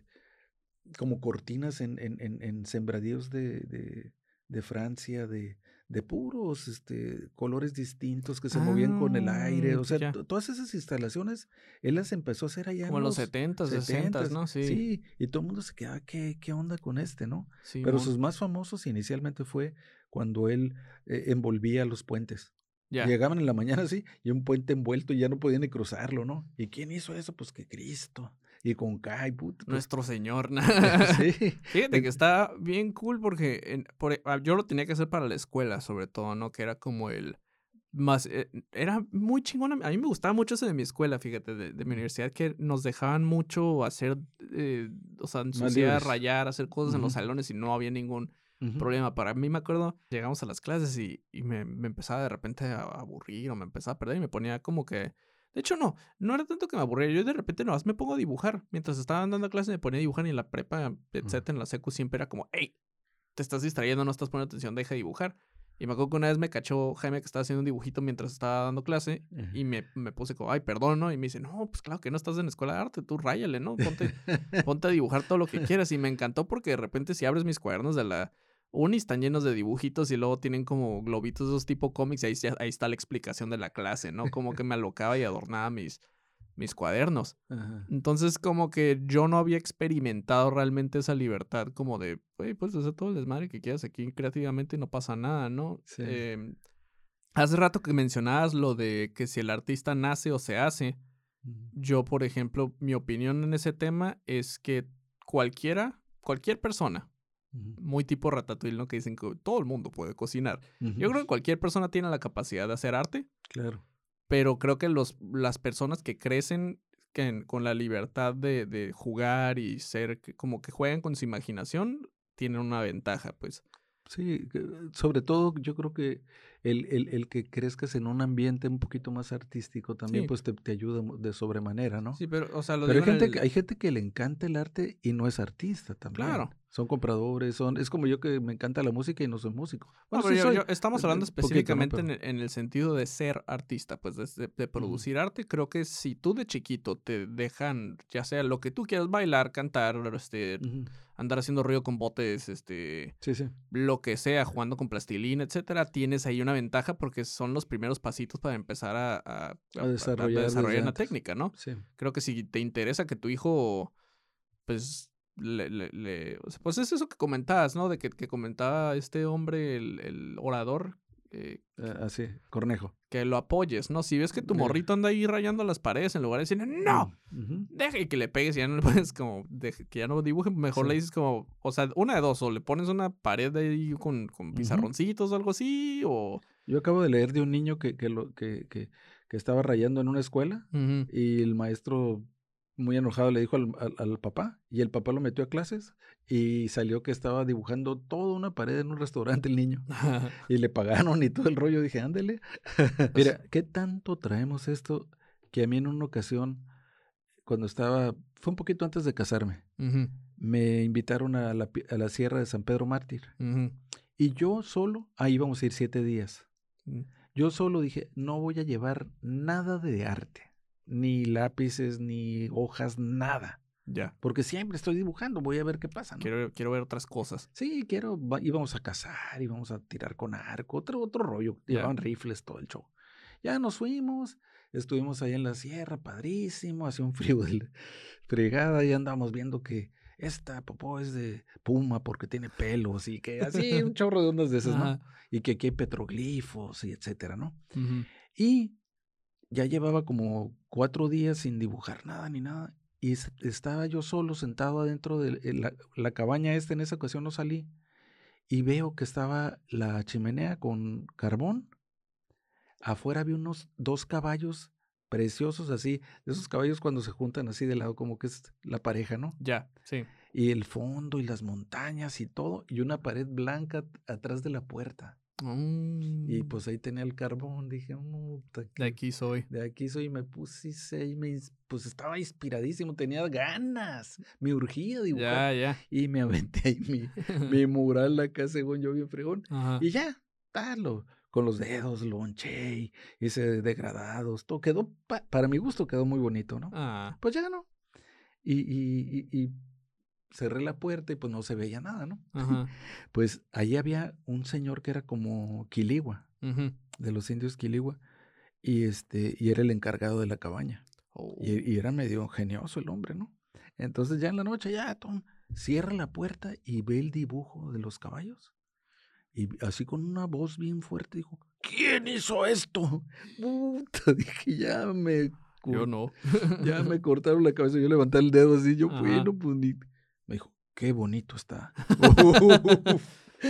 como cortinas en, en, en, en sembradíos de, de, de Francia, de, de puros este, colores distintos que se movían con el aire. Ah, O ya, sea, ya. to- todas esas instalaciones, él las empezó a hacer allá Como en en los los setentas, sesentas, setentas, ¿no? Sí, sí, y todo el mundo se quedaba, ¿qué, qué onda con este, no? Pero Simón. sus más famosos inicialmente fue cuando él eh, envolvía los puentes. Ya. Llegaban en la mañana así y un puente envuelto y ya no podían ni cruzarlo, ¿no? ¿Y quién hizo eso? Pues que Cristo. Y con K y put, pues Nuestro Señor. sí. Fíjate que en- está bien cool porque en- por e- ah, yo lo tenía que hacer para la escuela, sobre todo, ¿no? Que era como el más, eh, era muy chingón. A mí me gustaba mucho eso de mi escuela, fíjate, de, de mi Ujú. universidad, que nos dejaban mucho hacer, eh, o sea, Más ensuciar, libres. rayar, hacer cosas en los Ujú, salones y no había ningún ujú, problema. Para mí, me acuerdo, llegamos a las clases y, y me, me empezaba de repente a aburrir o me empezaba a perder y me ponía como que... De hecho, no, no era tanto que me aburría. Yo de repente nomás me pongo a dibujar. Mientras estaban dando clases me ponía a dibujar y en la prepa, ujú, etcétera, en la secu siempre era como, hey, te estás distrayendo, no estás poniendo atención, deja de dibujar. Y me acuerdo que una vez me cachó Jaime que estaba haciendo un dibujito mientras estaba dando clase y me, me puse como, ay, perdón, ¿no? Y me dice, no, pues claro que no estás en la escuela de arte, tú ráyale, ¿no? Ponte, ponte a dibujar todo lo que quieras. Y me encantó porque de repente si abres mis cuadernos de la uni están llenos de dibujitos y luego tienen como globitos de esos tipo cómics y ahí, ya- ahí está la explicación de la clase, ¿no? Como que me alocaba y adornaba mis, mis cuadernos. Ajá, Entonces, como que yo no había experimentado realmente esa libertad como de, güey, pues hacer todo el desmadre que quieras aquí creativamente y no pasa nada, ¿no? sí. Em, hace rato que mencionabas lo de que si el artista nace o se hace, Ujú, yo, por ejemplo, mi opinión en ese tema es que cualquiera, cualquier persona, ujú, muy tipo Ratatouille, ¿no? Que dicen que todo el mundo puede cocinar. ujú, Yo creo que cualquier persona tiene la capacidad de hacer arte, claro. pero creo que los, las personas que crecen que en- con la libertad de, de jugar y ser, que- como que juegan con su imaginación, tienen una ventaja, pues. Sí, que, sobre todo yo creo que el, el, el que crezcas en un ambiente un poquito más artístico también Sí, pues te, te ayuda mu- de sobremanera, ¿no? sí, pero, o sea, lo Pero hay digo en gente, que- el... hay gente que le encanta el arte y no es artista también. Claro. Son compradores, son, es como yo que me encanta la música y no soy músico. No, Bueno, pero sí yo, soy, yo- estamos eh, hablando eh, poquito, ¿no? específicamente en Pero el, en el sentido de ser artista, pues de, de- de ujú, producir arte. Creo que si tú de chiquito te dejan, ya sea lo que tú quieras, bailar, cantar, este, ujú, andar haciendo ruido con botes, este, sí, sí, lo que sea, jugando con plastilina, etcétera, tienes ahí una ventaja porque son los primeros pasitos para empezar a, a- a a- a- a desarrollar desarrollar desde una antes. técnica, ¿no? Sí. Creo que si te interesa que tu hijo, pues, le, le- le- o sea, pues es eso que comentabas, ¿no? De que, que comentaba este hombre, el, el orador, eh, Ah, así, Cornejo. que lo apoyes, ¿no? Si ves que tu Eh, morrito anda ahí rayando las paredes en lugar de decir, no, mm, ujú, deja y que le pegues y ya no le pones como, deje- que ya no dibuje, mejor sí, le dices como, o sea, una de dos, o le pones una pared ahí con, con ujú. pizarroncitos o algo así, o... Yo acabo de leer de un niño que, que, lo, que, que, que estaba rayando en una escuela Ujú. y el maestro muy enojado le dijo al, al, al papá y el papá lo metió a clases y salió que estaba dibujando toda una pared en un restaurante el niño y le pagaron y todo el rollo. Dije, ándele. Pues, Mira, ¿qué tanto traemos esto que a mí en una ocasión, cuando estaba, fue un poquito antes de casarme, ujú. me invitaron a la, pi- a la Sierra de San Pedro Mártir. Ujú. Y yo solo, ahí íbamos a ir siete días. Mm. Yo solo dije, no voy a llevar nada de arte. Ni lápices, ni hojas, nada. Ya. Porque siempre estoy dibujando, voy a ver qué pasa, ¿no? Quiero, quiero ver otras cosas. Sí, quiero, va- íbamos a cazar, íbamos a tirar con arco, otro, otro rollo, Ya. llevaban rifles, todo el show. Ya nos fuimos, estuvimos ahí en la sierra, padrísimo, hacía un frío de fregada, y andamos viendo que esta popó es de puma porque tiene pelos y que así, un chorro de ondas de esas, ¿no? Ajá. Y que aquí hay petroglifos y etcétera, ¿no? Ujú. Y ya llevaba como cuatro días sin dibujar nada ni nada. Y es- estaba yo solo sentado adentro de la, la cabaña esta. En esa ocasión no salí. Y veo que estaba la chimenea con carbón. Afuera había unos dos caballos preciosos así. De esos caballos cuando se juntan así de lado, como que es la pareja, ¿no? Ya, sí. Y el fondo y las montañas y todo. Y una pared blanca atrás de la puerta. Y Mm. pues ahí tenía el carbón. Dije, "Mm, puta, De qué- aquí soy. de aquí soy", y me puse y me, ins- pues estaba inspiradísimo, tenía ganas, me urgía dibujar. Ya, ya. Y me aventé ahí mi, mi mural acá, según yo, bien fregón. Ajá. Y ya, tal, con los dedos lo honché y hice degradados. Todo quedó, pa- para mi gusto, quedó muy bonito, ¿no? Ah. Pues ya no. Y, y, y, y cerré la puerta y pues no se veía nada, ¿no? Ajá. Pues ahí había un señor que era como Quiligua, Ujú. de los indios Quiligua, y este, y era el encargado de la cabaña. Oh. Y, y era medio ingenioso el hombre, ¿no? Entonces ya en la noche, ya, Tom, cierra la puerta y ve el dibujo de los caballos. Y así con una voz bien fuerte dijo, ¿quién hizo esto? Puta, dije, ya me, Yo cor- no. ya me cortaron la cabeza. Yo levanté el dedo así, yo, Ajá. bueno, pues ni... Me dijo, qué bonito está. Uf.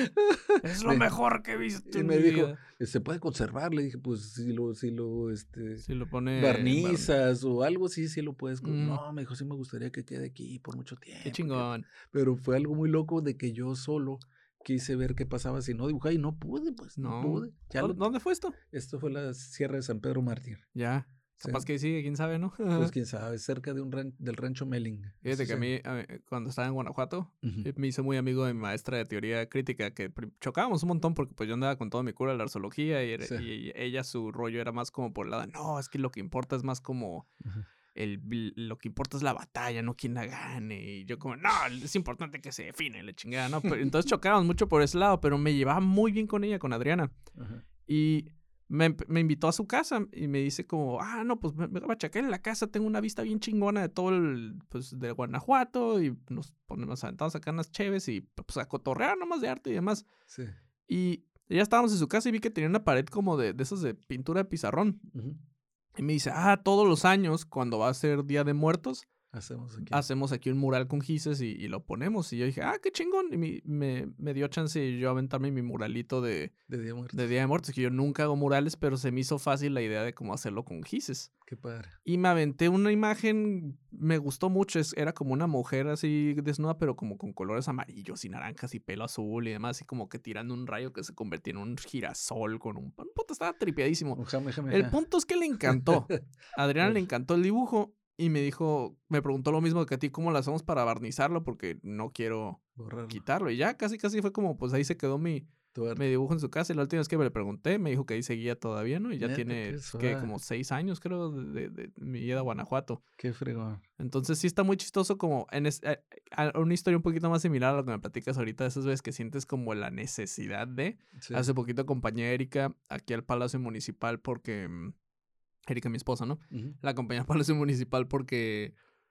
Es lo Me- mejor que he visto y en me mi dijo, vida. ¿se puede conservar? Le dije, pues si lo, si lo, este, Si lo pone barnizas o algo así, sí lo puedes. con- Mm. No, me dijo, sí me gustaría que quede aquí por mucho tiempo. Qué y que- chingón. Pero fue algo muy loco de que yo solo quise ver qué pasaba si no dibujaba y no pude, pues, no, No. pude. Ya ¿Dó- lo- ¿Dónde fue esto? esto fue la Sierra de San Pedro Mártir. Ya. Sí. Capaz que sigue, quién sabe, ¿no? Pues quién sabe, cerca de un ran- del rancho Melling. Fíjate Así que a se- mí, a mí, cuando estaba en Guanajuato, Ujú. eh, me hice muy amigo de mi maestra de teoría crítica, que prim- chocábamos un montón porque pues yo andaba con todo mi cura de la arzoología y, era- Sí. y ella su rollo era más como por el lado, de, no, es que lo que importa es más como Ajá. el, bl- lo que importa es la batalla, no quién la gane. Y yo como, no, es importante que se define la chingada, ¿no? Pero, entonces chocábamos mucho por ese lado, pero me llevaba muy bien con ella, con Adriana. Ajá. Y me, empe- me invitó a su casa y me dice como, ah, no, pues me, me voy a checar en la casa, tengo una vista bien chingona de todo el, pues, de Guanajuato y nos ponemos aventados acá en las cheves y pues a cotorrear nomás de arte y demás. Sí. Y ya estábamos en su casa y vi que tenía una pared como de, de esos de pintura de pizarrón. Ujú. Y me dice, ah, todos los años, cuando va a ser Día de Muertos, Hacemos aquí. hacemos aquí un mural con gises y, y lo ponemos. Y yo dije, ah, qué chingón. Y mi- me, me dio chance yo aventarme mi muralito de, De Día de Muertos. de Día de Muertos, que yo nunca hago murales, pero se me hizo fácil la idea de cómo hacerlo con gises. Qué padre. Y me aventé una imagen, me gustó mucho, es- era como una mujer así desnuda, pero como con colores amarillos y naranjas y pelo azul y demás, así como que tirando un rayo que se convertía en un girasol con un... Puta, estaba tripiadísimo. Un jame, jame, El ja. punto es que le encantó. A Adriana le Pues. encantó el dibujo y me dijo, me preguntó lo mismo que a ti, ¿cómo lo hacemos para barnizarlo? Porque no quiero Borrarlo. quitarlo. Y ya casi casi fue como, pues ahí se quedó mi, Tu arte. mi dibujo en su casa. Y la última vez que me le pregunté, me dijo que ahí seguía todavía, ¿no? Y ya Neta, tiene, qué que suave. como seis años, creo, de, de- de mi ida a Guanajuato. Qué fregón. Entonces sí está muy chistoso como en es- a- a- una historia un poquito más similar a lo que me platicas ahorita, de esas veces que sientes como la necesidad de... Sí. Hace poquito acompañé a Erika aquí al Palacio Municipal porque... mm, Erika, mi esposa, ¿no? Ujú. La acompañé al Palacio Municipal porque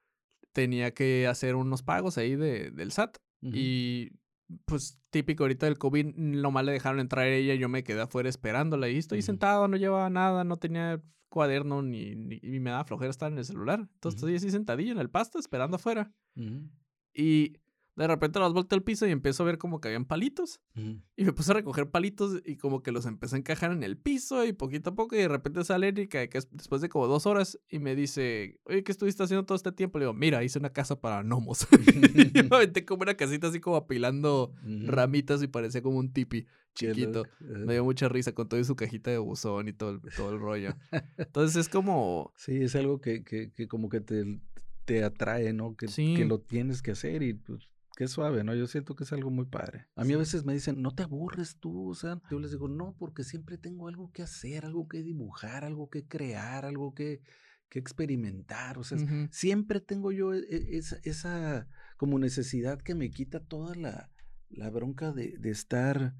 tenía que hacer unos pagos ahí de, del S A T. Ujú. Y pues típico ahorita del COVID, nomás le dejaron entrar a ella y yo me quedé afuera esperándola. Y estoy Ujú. sentado, no llevaba nada, no tenía cuaderno ni, ni y me daba flojera estar en el celular. Entonces Ujú. estoy así sentadillo en el pasto esperando afuera. Ujú. Y de repente las volteé al piso y empiezo a ver como que habían palitos. Ujú. Y me puse a recoger palitos y como que los empecé a encajar en el piso y poquito a poco y de repente sale Erika, que es después de como dos horas, y me dice, oye, ¿qué estuviste haciendo todo este tiempo? Le digo, mira, hice una casa para gnomos. Y me aventé como una casita así como apilando Ujú. ramitas y parecía como un tipi Qué chiquito. loco. Ajá. Me dio mucha risa con toda su cajita de buzón y todo el, todo el rollo. Entonces es como, Sí, es algo que, que, que como que te, te atrae, ¿no? Que, Sí. que lo tienes que hacer y pues Qué suave, ¿no? Yo siento que es algo muy padre. A mí a veces me dicen, ¿no te aburres tú? O sea, yo les digo, no, porque siempre tengo algo que hacer, algo que dibujar, algo que crear, algo que, que experimentar. O sea, Ujú. siempre tengo yo e- e- esa, esa como necesidad que me quita toda la, la bronca de, de estar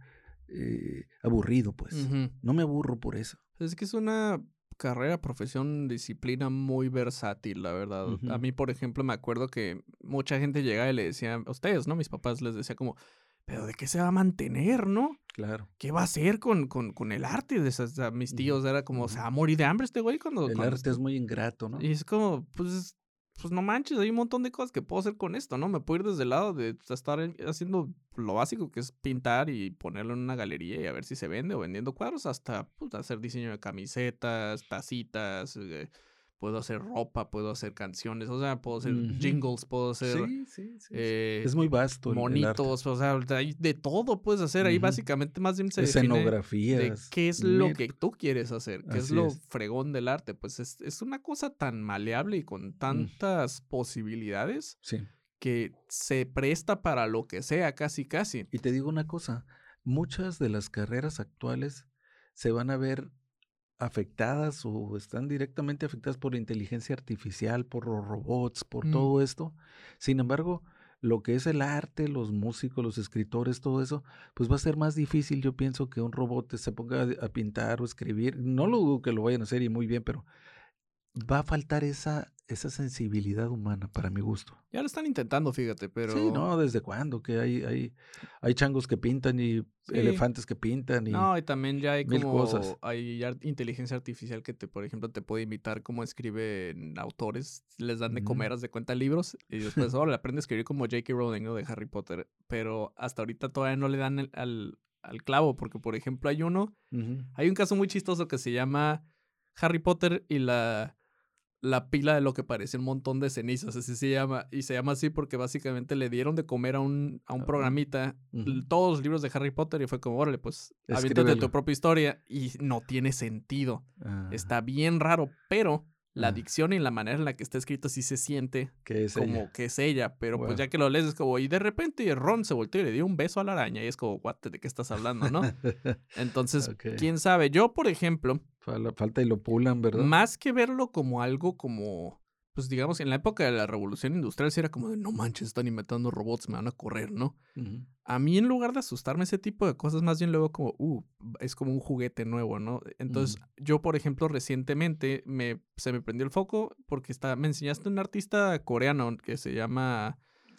eh, aburrido, pues. Ujú. No me aburro por eso. Es que es una carrera, profesión, disciplina muy versátil, la verdad. A Ujú, mí, por ejemplo, me acuerdo que mucha gente llegaba y le decía, a ustedes, ¿no? Mis papás les decía como, pero ¿de qué se va a mantener, no? claro. ¿Qué va a hacer con, con, con el arte? De esas- a mis Ujú, tíos era como, se ujú. va a morir de hambre este güey cuando, El cuando arte es estu-". muy ingrato, ¿no? Y es como, pues, pues no manches, hay un montón de cosas que puedo hacer con esto, ¿no? Me puedo ir desde el lado de pues, estar en- haciendo lo básico, que es pintar y ponerlo en una galería y a ver si se vende o vendiendo cuadros, hasta pues, hacer diseño de camisetas, tacitas, eh, puedo hacer ropa, puedo hacer canciones, o sea, puedo hacer Ujú. jingles, puedo hacer Sí, sí, sí, sí. eh, Es muy vasto el, el arte. monitos, o sea, hay de todo puedes hacer. Ahí Ujú. básicamente más bien se define de Escenografías, qué es lo mil, que tú quieres hacer, qué es así lo es. fregón del arte. Pues es, es una cosa tan maleable y con Mm, tantas posibilidades sí. que se presta para lo que sea, casi, casi. Y te digo una cosa, muchas de las carreras actuales se van a ver afectadas o están directamente afectadas por la inteligencia artificial, por los robots, por Mm, todo esto. Sin embargo, lo que es el arte, los músicos, los escritores, todo eso, pues va a ser más difícil, yo pienso, que un robot se ponga a a pintar o escribir. No lo dudo que lo vayan a hacer y muy bien, pero va a faltar esa, esa sensibilidad humana para mi gusto. ya lo están intentando, fíjate, Sí, pero no, ¿desde cuándo? Que hay, hay, hay changos que pintan y sí. elefantes que pintan y No, y también ya hay mil como, cosas. hay ya inteligencia artificial que te, por ejemplo, te puede imitar cómo escriben autores, les dan de Ujú, comer, haz de cuenta libros, y después, ahora le aprende a escribir como J K. Rowling, ¿no? De Harry Potter, pero hasta ahorita todavía no le dan el- al, al clavo, porque, por ejemplo, hay uno, ujú. hay un caso muy chistoso que se llama Harry Potter y la la pila de lo que parece un montón de cenizas, así se llama. Y se llama así porque básicamente le dieron de comer a un, a un Ah, ah, programita ujú. l- todos los libros de Harry Potter y fue como, órale, pues aviéntate tu Escríbelo. propia historia y no tiene sentido. Ah, Está bien raro, pero la ah, dicción y la manera en la que está escrito sí se siente ¿qué es como ella? que es ella, pero pues Wow. ya que lo lees es como, y de repente Ron se volteó y le dio un beso a la araña y es como, what, ¿de qué estás hablando, no? Entonces, Ok. quién sabe, yo por ejemplo, Fala- Falta y lo pulan, ¿verdad? más que verlo como algo como, pues digamos, en la época de la revolución industrial, sí era como de no manches, están inventando robots, me van a correr, ¿no? Ujú, A mí, en lugar de asustarme ese tipo de cosas, más bien lo veo como, uh, es como un juguete nuevo, ¿no? ujú. Entonces, yo, por ejemplo, recientemente me, se me prendió el foco porque está, me enseñaste un artista coreano que se llama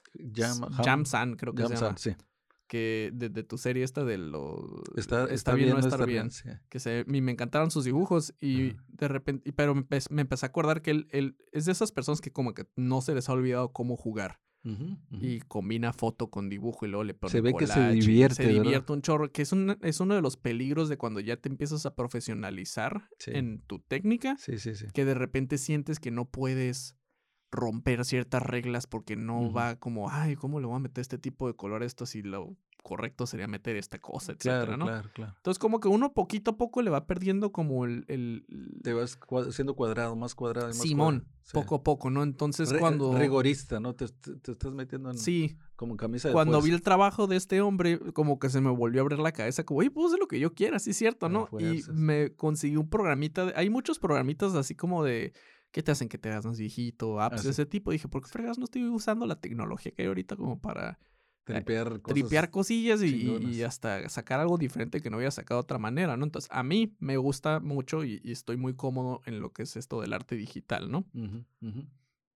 S- Jam, Jam Ham, San, creo que se Jamsan, llama sí. que de, de tu serie esta de lo Está, está está bien no bien no estar estar bien, bien, sí. que se, y me encantaron sus dibujos y Ajá. de repente, y- pero me, empe- me empecé a acordar que él, él es de esas personas que como que no se les ha olvidado cómo jugar Ujú, ujú. y combina foto con dibujo y luego le Se pone ve que se collage y se divierte, ¿verdad? divierte un chorro, que es, un, es uno de los peligros de cuando ya te empiezas a profesionalizar Sí, en tu técnica, sí, sí, sí. que de repente sientes que no puedes romper ciertas reglas porque no Ujú. va como, ay, ¿cómo le voy a meter este tipo de color a esto si lo correcto sería meter esta cosa, etcétera, Claro, ¿no? claro, claro. Entonces, como que uno poquito a poco le va perdiendo como el, el- Te el vas cua- haciendo cuadrado, más cuadrado y más cuadrado. Simón, Sí. poco a poco, ¿no? Entonces, Re- eh, cuando, rigorista, ¿no? Te, te- te estás metiendo en sí, como camisa de cuando vi fuerza. el trabajo de este hombre, como que se me volvió a abrir la cabeza, como, oye, puedo hacer lo que yo quiera, sí es cierto, A ¿no? Y fuerzas. me conseguí un programita, de- hay muchos programitas así como de, que te hacen que te hagas más viejito, apps de Así. ese tipo. Dije, ¿por qué fregas no estoy usando la tecnología que hay ahorita como para eh, Tripear tripear cosas cosillas y, y- y chingonas. hasta sacar algo diferente que no hubiera sacado de otra manera, ¿no? Entonces, a mí me gusta mucho y, y estoy muy cómodo en lo que es esto del arte digital, ¿no? Ujú, ujú.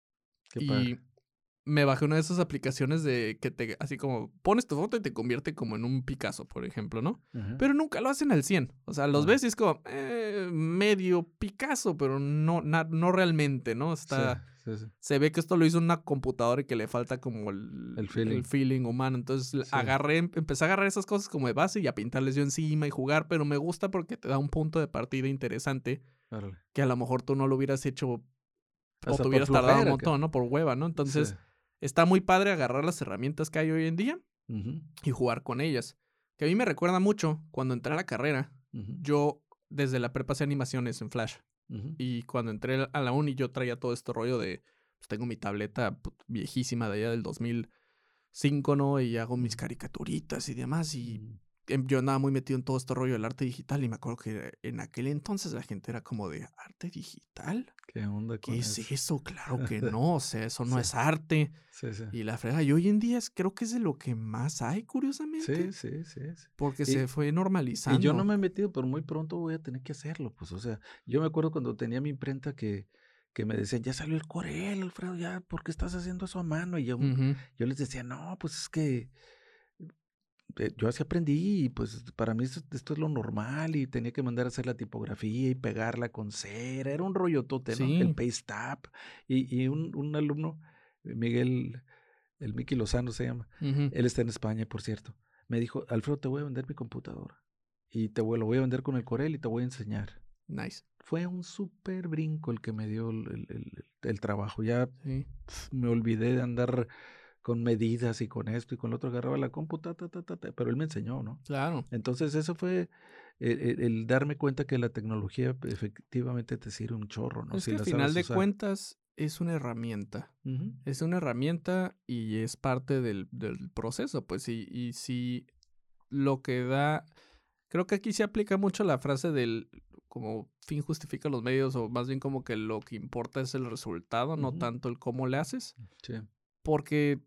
Qué padre. Y me bajé una de esas aplicaciones de que te, así como pones tu foto y te convierte como en un Picasso, por ejemplo, ¿no? Ajá. Pero nunca lo hacen al cien. O sea, los Ah, ves y es como eh, medio Picasso, pero no, na- no realmente, ¿no? sí, Está, sí, sí. se ve que esto lo hizo una computadora y que le falta como el, El el feeling. feeling humano. Entonces le- Sí, agarré, em- empecé a agarrar esas cosas como de base y a pintarles yo encima y jugar, pero me gusta porque te da un punto de partida interesante órale. que a lo mejor tú no lo hubieras hecho o Hasta te por hubieras tardado un flojera, montón, cabrón. ¿no? Por hueva, ¿no? Sí. Entonces está muy padre agarrar las herramientas que hay hoy en día Ujú, y jugar con ellas. Que a mí me recuerda mucho cuando entré a la carrera, ujú, yo desde la prepa hacía animaciones en Flash. ujú. Y cuando entré a la uni yo traía todo este rollo de, pues tengo mi tableta put, viejísima de allá del dos mil cinco, ¿no? Y hago mis caricaturitas y demás. Y Mm. em, yo andaba muy metido en todo este rollo del arte digital. Y me acuerdo que en aquel entonces la gente era como de, ¿arte digital? ¿Qué onda ¿Qué con es eso? eso? Claro que no. O sea, eso no Sí, es arte. sí, sí. Y la frega. Y hoy en día es- creo que es de lo que más hay, Sí, curiosamente. sí, sí, sí. Porque Y se fue y yo no normalizando. me he metido, pero muy pronto voy a tener que hacerlo, pues, o sea, yo me acuerdo cuando tenía mi imprenta que que me decían: "Ya salió el Corel, Alfredo, ya, ¿por qué estás haciendo eso a mano?". Y yo Ujú. yo les decía: "No, pues es que, eh, yo así aprendí y, pues, para mí esto esto es lo normal", y tenía que mandar a hacer la tipografía y pegarla con cera, era un rollotote, ¿no? El Sí. paste up. Y y un un alumno, Miguel, el Miki Lozano se llama, Ujú. él está en España, por cierto, me dijo: "Alfredo, te voy a vender mi computadora, y te voy lo voy a vender con el Corel y te voy a enseñar". Nice. Fue un súper brinco el que me dio el el el el trabajo, ya Sí. pf, me olvidé de andar con medidas y con esto y con lo otro, agarraba la compu, ta, ta, ta, ta, ta, pero él me enseñó, ¿no? Claro. Entonces, eso fue el el el darme cuenta que la tecnología efectivamente te sirve un chorro, ¿no? Es Si que a la final sabes de usar. cuentas es una herramienta. Ujú, Es una herramienta y es parte del, del proceso, pues sí. Y si lo que da. Creo que aquí se aplica mucho la frase del como fin justifica los medios, o más bien como que lo que importa es el resultado, no ujú, tanto el cómo le haces. sí, Porque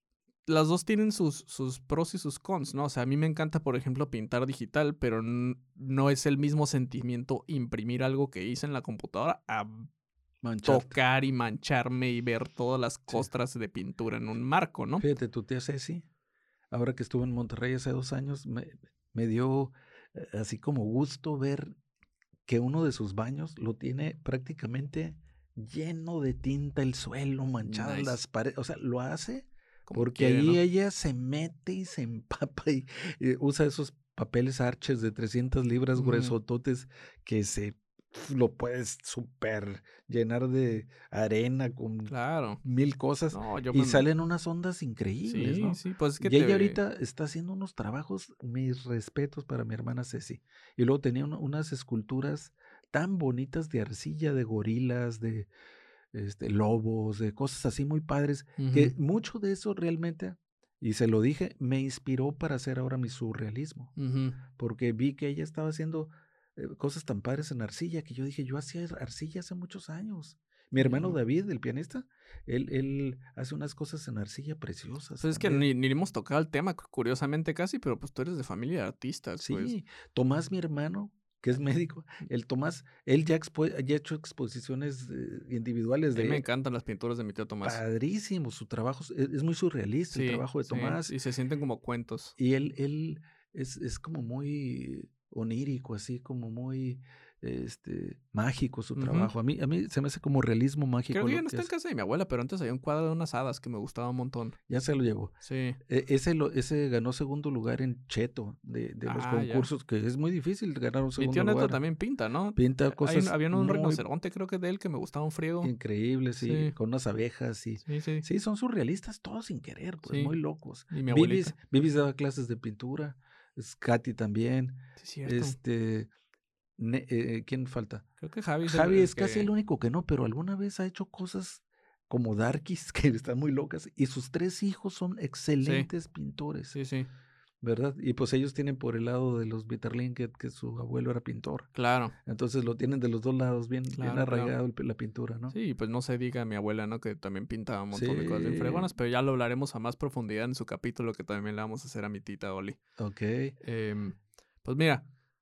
las dos tienen sus, sus pros y sus cons, ¿no? O sea, a mí me encanta, por ejemplo, pintar digital, pero n- no es el mismo sentimiento imprimir algo que hice en la computadora a mancharte, tocar y mancharme y ver todas las sí. costras de pintura en un marco, ¿no? Fíjate, tu tía Ceci, ahora que estuve en Monterrey hace dos años, me me dio, eh, así como gusto ver que uno de sus baños lo tiene prácticamente lleno de tinta, el suelo, manchadas Nice. las paredes, o sea, lo hace Como porque quiere, allí ¿no? ella se mete y se empapa y, eh, usa esos papeles Arches de trescientas libras Ujú. gruesototes que se lo puedes súper llenar de arena con Claro. mil cosas No, yo y me. salen unas ondas increíbles, Sí, ¿no? sí, pues es que Y ella te. ahorita está haciendo unos trabajos, mis respetos para mi hermana Ceci. Y luego tenía una- unas esculturas tan bonitas de arcilla, de gorilas, de este, lobos, de cosas así muy padres, Ujú, que mucho de eso realmente, y se lo dije, me inspiró para hacer ahora mi surrealismo, ujú. porque vi que ella estaba haciendo eh, cosas tan padres en arcilla que yo dije, yo hacía arcilla hace muchos años. Mi Y hermano no. David, el pianista, él, él hace unas cosas en arcilla preciosas Pues es que también. ni, ni hemos tocado el tema, cu- curiosamente casi, pero pues tú eres de familia de artistas, pues. Sí, Tomás, mi hermano, que es médico, el Tomás, él ya, expo- ya ha hecho exposiciones eh, individuales A mí de me él. encantan las pinturas de mi tío Tomás. Padrísimo, su trabajo es, es muy surrealista el Sí, trabajo de sí, Tomás y se sienten como cuentos. y él, él es, es como muy onírico, así como muy este, mágico su Ujú. trabajo. A mí, a mí se me hace como realismo Creo mágico que ya lo no que está en hace. casa de mi abuela, pero antes había un cuadro de unas hadas que me gustaba un montón. Ya se lo llevó. Sí. E- ese, lo, ese ganó segundo lugar en Cheto de, de los Ah, ya. concursos, que es muy difícil ganar un Mi tío segundo Neto lugar. también pinta, ¿no? Pinta Eh, Hay, un- cosas había un muy rinoceronte, creo que de él, que me gustaba un friego. increíbles, y Sí, con unas abejas, y sí, sí, sí, son surrealistas todos sin querer, pues sí. muy locos. Y mi Vivis, abuelita. Vivis daba clases de pintura, es Katy también, Sí, es cierto. este, Ne- eh, ¿quién falta? Creo que Javi es el, Javi el es casi el que. único que no, pero alguna vez ha hecho cosas como Darkies que están muy locas, y sus tres hijos son Sí, excelentes pintores, sí, sí. ¿verdad? Y pues ellos tienen por el lado de los Bitterlin que, que su abuelo era pintor. Claro, Entonces lo tienen de los dos lados bien, bien claro, claro. arraigado el- la pintura, ¿no? Sí, pues no se diga mi abuela, ¿no? Que también pintaba un montón de cosas bien Sí, fregonas, pero ya lo hablaremos a más profundidad en su capítulo que también le vamos a hacer a mi tita Oli. ok. Em, pues mira,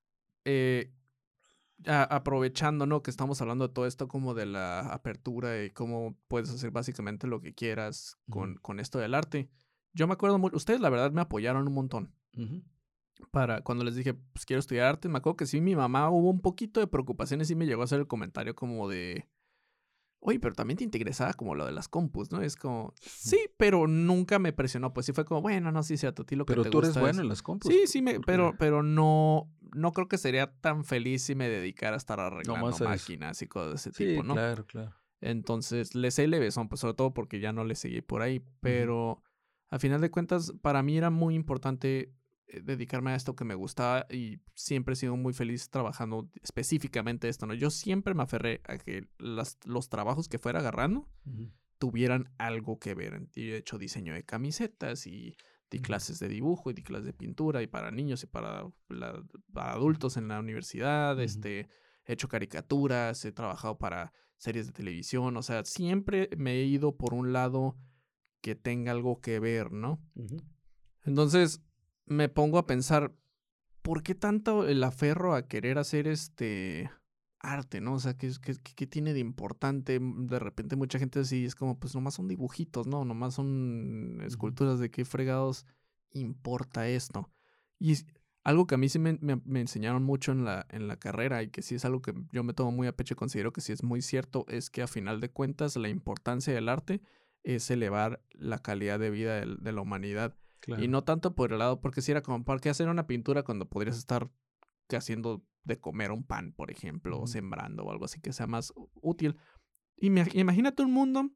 eh, a- aprovechando, ¿no? Que estamos hablando de todo esto como de la apertura y cómo puedes hacer básicamente lo que quieras Ujú, con, con esto del arte. Yo me acuerdo mucho, ustedes la verdad me apoyaron un montón ujú, para cuando les dije, pues quiero estudiar arte. Me acuerdo que sí, mi mamá hubo un poquito de preocupaciones y me llegó a hacer el comentario como de, oye, pero también te interesaba como lo de las compus, ¿no? Es como, ujú. sí, pero nunca me presionó. Pues sí fue como, bueno, no, sí, cierto, a ti lo que Pero te tú eres gusta bueno es. en las compus, Sí, p- sí, me, porque pero, pero no, no creo que sería tan feliz si me dedicara a estar no arreglando más a eso. máquinas y cosas de ese tipo, Sí, ¿no? claro, claro. Entonces, le sé levesón, pues sobre todo porque ya no le seguí por ahí. Ujú, Pero a final de cuentas, para mí era muy importante eh, dedicarme a esto que me gustaba y siempre he sido muy feliz trabajando específicamente esto, ¿no? Yo siempre me aferré a que las, los trabajos que fuera agarrando ujú. tuvieran algo que ver. Y de hecho diseño de camisetas y di clases de dibujo y di clases de pintura y para niños y para, la, para adultos en la universidad. Uh-huh. Este, he hecho caricaturas, he trabajado para series de televisión. O sea, siempre me he ido por un lado que tenga algo que ver, ¿no? Uh-huh. Entonces me pongo a pensar, ¿por qué tanto el aferro a querer hacer este arte, ¿no? O sea, ¿qué, qué, qué tiene de importante? De repente mucha gente así es como, pues nomás son dibujitos, ¿no? Nomás son esculturas. Uh-huh. ¿De qué fregados importa esto? Y es algo que a mí sí me, me, me enseñaron mucho en la, en la carrera y que sí es algo que yo me tomo muy a pecho y considero que sí es muy cierto, es que a final de cuentas la importancia del arte es elevar la calidad de vida de, de la humanidad. Claro. Y no tanto por el lado, porque si era como, ¿para qué hacer una pintura cuando podrías estar haciendo de comer un pan, por ejemplo, uh-huh. o sembrando o algo así que sea más útil? Y me, imagínate un mundo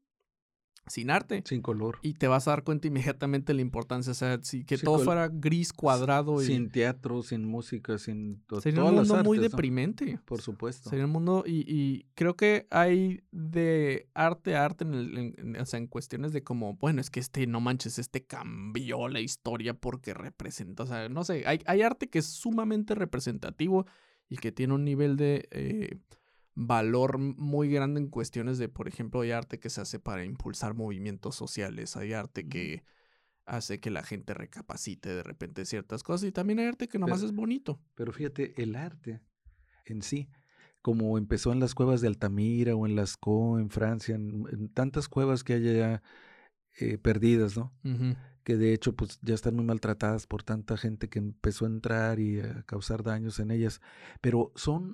sin arte. Sin color. Y te vas a dar cuenta inmediatamente de la importancia. O sea, si que sin todo col- fuera gris, cuadrado. Sin y... teatro, sin música, sin... To- Sería un mundo muy artes, deprimente. ¿no? Por supuesto. Sería un mundo... Y, y creo que hay de arte a arte, en, el, en, en, o sea, en cuestiones de como, bueno, es que este, no manches, este cambió la historia porque representa. O sea, no sé, hay, hay arte que es sumamente representativo y que tiene un nivel de... Eh, valor muy grande en cuestiones de, por ejemplo, hay arte que se hace para impulsar movimientos sociales, hay arte que hace que la gente recapacite de repente ciertas cosas y también hay arte que nomás pero, es bonito. Pero fíjate, el arte en sí, como empezó en las cuevas de Altamira o en Lascaux, en Francia, en, en tantas cuevas que hay allá eh, perdidas, ¿no? Uh-huh. Que de hecho pues ya están muy maltratadas por tanta gente que empezó a entrar y a causar daños en ellas, pero son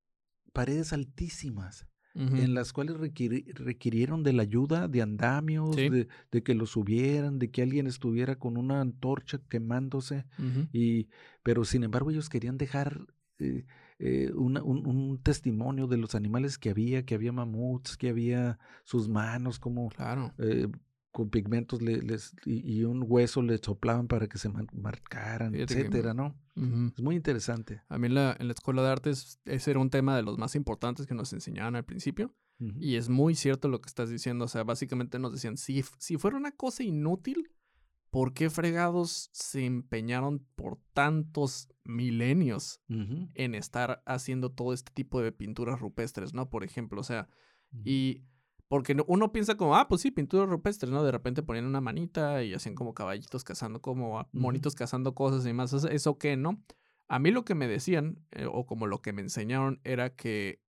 paredes altísimas, uh-huh. en las cuales requiri- requirieron de la ayuda de andamios, sí. de, de que los subieran, de que alguien estuviera con una antorcha quemándose, uh-huh. y, pero sin embargo ellos querían dejar eh, eh, una, un, un testimonio de los animales que había, que había mamuts, que había sus manos como... Claro. Eh, con pigmentos le, les, y, y un hueso le soplaban para que se man, marcaran, Fíjate etcétera, que, ¿no? Uh-huh. Es muy interesante. A mí en la, en la escuela de artes ese era un tema de los más importantes que nos enseñaban al principio. Uh-huh. Y es muy cierto lo que estás diciendo. O sea, básicamente nos decían, si, si fuera una cosa inútil, ¿por qué fregados se empeñaron por tantos milenios uh-huh. en estar haciendo todo este tipo de pinturas rupestres, ¿no? Por ejemplo, o sea, uh-huh. y... Porque uno piensa como, ah, pues sí, pinturas rupestres, ¿no? De repente ponían una manita y hacían como caballitos cazando, como monitos uh-huh. cazando cosas y más. ¿Eso qué, no? A mí lo que me decían, eh, o como lo que me enseñaron, era que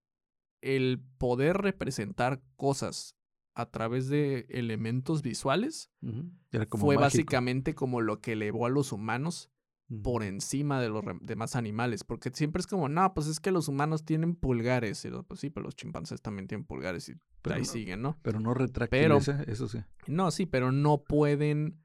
el poder representar cosas a través de elementos visuales uh-huh. Era como fue mágico. Básicamente como lo que elevó a los humanos uh-huh. por encima de los re- demás animales. Porque siempre es como, no, pues es que los humanos tienen pulgares. Y, pues sí, pero los chimpancés también tienen pulgares y pero ahí no, siguen, ¿no? Pero no retráctiles, eso sí. No, sí, pero no pueden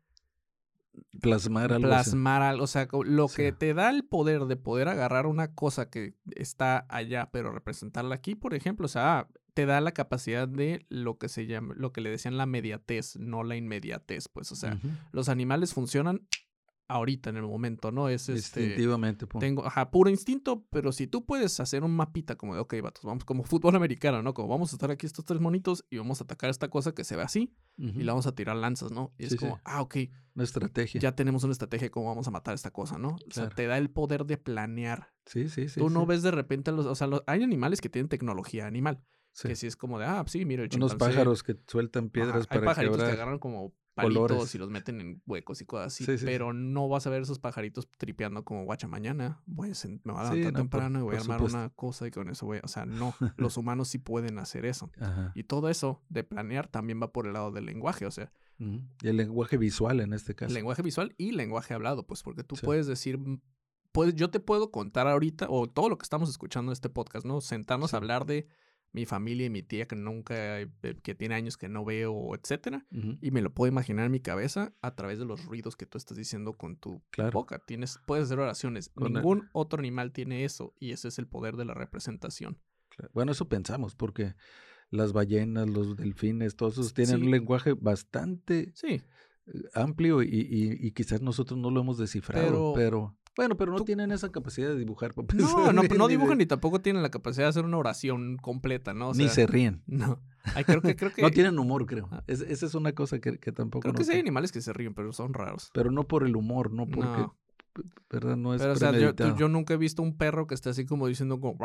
plasmar algo. Plasmar algo. O sea, lo sí. que te da el poder de poder agarrar una cosa que está allá, pero representarla aquí, por ejemplo, o sea, te da la capacidad de lo que se llama, lo que le decían la mediatez, no la inmediatez, pues, o sea, uh-huh. los animales funcionan ahorita, en el momento, ¿no? Es este... Instintivamente. Pum. Tengo, ajá, puro instinto, pero si tú puedes hacer un mapita como de, ok, vatos, vamos como fútbol americano, ¿no? Como vamos a estar aquí estos tres monitos y vamos a atacar esta cosa que se ve así uh-huh. y la vamos a tirar lanzas, ¿no? Y sí, es como, sí. ah, ok. Una estrategia. Ya tenemos una estrategia de cómo vamos a matar esta cosa, ¿no? O claro. sea, te da el poder de planear. Sí, sí, sí. Tú no sí. ves de repente, los, o sea, los, hay animales que tienen tecnología animal. Sí. Que sí es como de, ah, sí, mira el chimpancé. Unos pájaros que sueltan piedras Ajá, para hay pajaritos quebrar. que agarran como palitos colores. y los meten en huecos y cosas así, sí, sí, pero sí. no vas a ver esos pajaritos tripeando como guacha mañana, voy a sent- me voy a levantar Sí, no, temprano por- y voy a por armar supuesto. una cosa y con eso voy a... O sea, no, los humanos sí pueden hacer eso. Ajá. Y todo eso de planear también va por el lado del lenguaje, o sea, Ujú. Y el lenguaje visual en este caso. lenguaje visual y lenguaje hablado, pues porque tú Sí. puedes decir, mm, puedes, yo te puedo contar ahorita, o todo lo que estamos escuchando en este podcast, ¿no? Sentarnos Sí. a hablar de mi familia y mi tía que nunca, eh, que tiene años que no veo, etcétera, Ujú. y me lo puedo imaginar en mi cabeza a través de los ruidos que tú estás diciendo con tu Claro. boca. Tienes, puedes hacer oraciones. Con el- Ningún otro animal tiene eso, y ese es el poder de la representación. Claro. Bueno, eso pensamos, porque las ballenas, los delfines, todos esos tienen Sí. un lenguaje bastante Sí, eh, amplio y, y, y quizás nosotros no lo hemos descifrado, Pero- pero, bueno, pero no tú- tienen esa capacidad de dibujar. para no, pensar no, ni- no ni de- dibujan ni tampoco tienen la capacidad de hacer una oración completa, ¿no? O ni sea, se ríen. no. Ay, creo que, creo que... No tienen humor, creo. Ah. Es, esa es una cosa que, que tampoco Creo que sí noté. hay animales que se ríen, pero son raros. Pero no por el humor, no porque, No. p- ¿verdad? No es Pero, o sea, yo, tú- premeditado. yo nunca he visto un perro que esté así como diciendo como...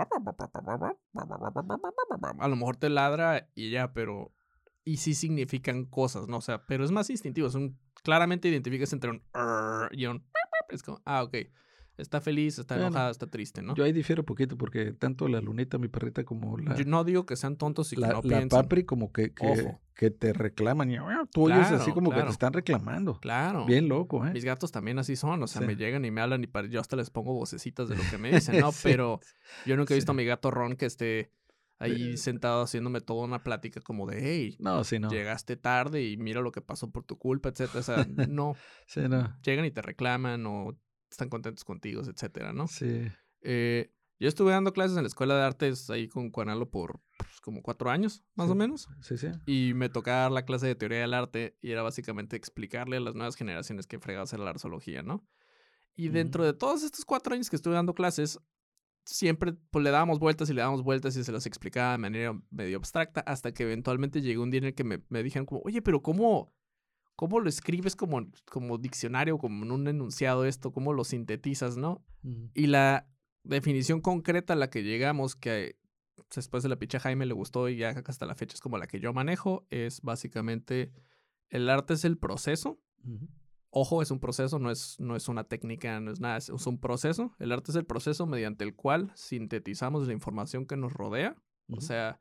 A lo mejor te ladra y ya, pero... Y sí significan cosas, ¿no? O sea, pero es más instintivo. Es un... Claramente identificas entre un... "Arr" y un... Es como, ah, ok. Está feliz, está Bueno, enojada, está triste, ¿no? Yo ahí difiero poquito porque tanto la lunita, mi perrita, como Yo la, no digo que sean tontos y que la, no la piensen. papri, como que, que, Ojo. que te reclaman. Y "Ah", tú oyes así Claro, como que te claro. están reclamando. Claro. Bien loco, ¿eh? Mis gatos también así son, o sea, Sí. me llegan y me hablan y para- yo hasta les pongo vocecitas de lo que me dicen, ¿no? Sí, Pero yo nunca he sí. visto a mi gato Ron que esté ahí Eh, sentado haciéndome toda una plática como de, hey, No, sí, no. llegaste tarde y mira lo que pasó por tu culpa, etcétera. O sea, no, Sí, no. llegan y te reclaman o están contentos contigo, etcétera, ¿no? Sí. Eh, yo estuve dando clases en la Escuela de Artes ahí con Juanalo por pues, como cuatro años, más sí, o menos. Sí, sí. Y me tocaba dar la clase de teoría del arte y era básicamente explicarle a las nuevas generaciones qué fregado es la arzoología, ¿no? Y dentro Ujú. de todos estos cuatro años que estuve dando clases, siempre pues le dábamos vueltas y le dábamos vueltas y se las explicaba de manera medio abstracta hasta que eventualmente llegó un día en el que me, me dijeron como, oye, pero ¿cómo, cómo lo escribes como, como diccionario, como en un enunciado esto? ¿Cómo lo sintetizas, no? Ujú. Y la definición concreta a la que llegamos, que después de la picha Jaime le gustó y ya hasta la fecha es como la que yo manejo, es básicamente el arte es el proceso. Ujú. Ojo, es un proceso, no es, no es una técnica, no es nada, es un proceso. El arte es el proceso mediante el cual sintetizamos la información que nos rodea. O Ujú. sea,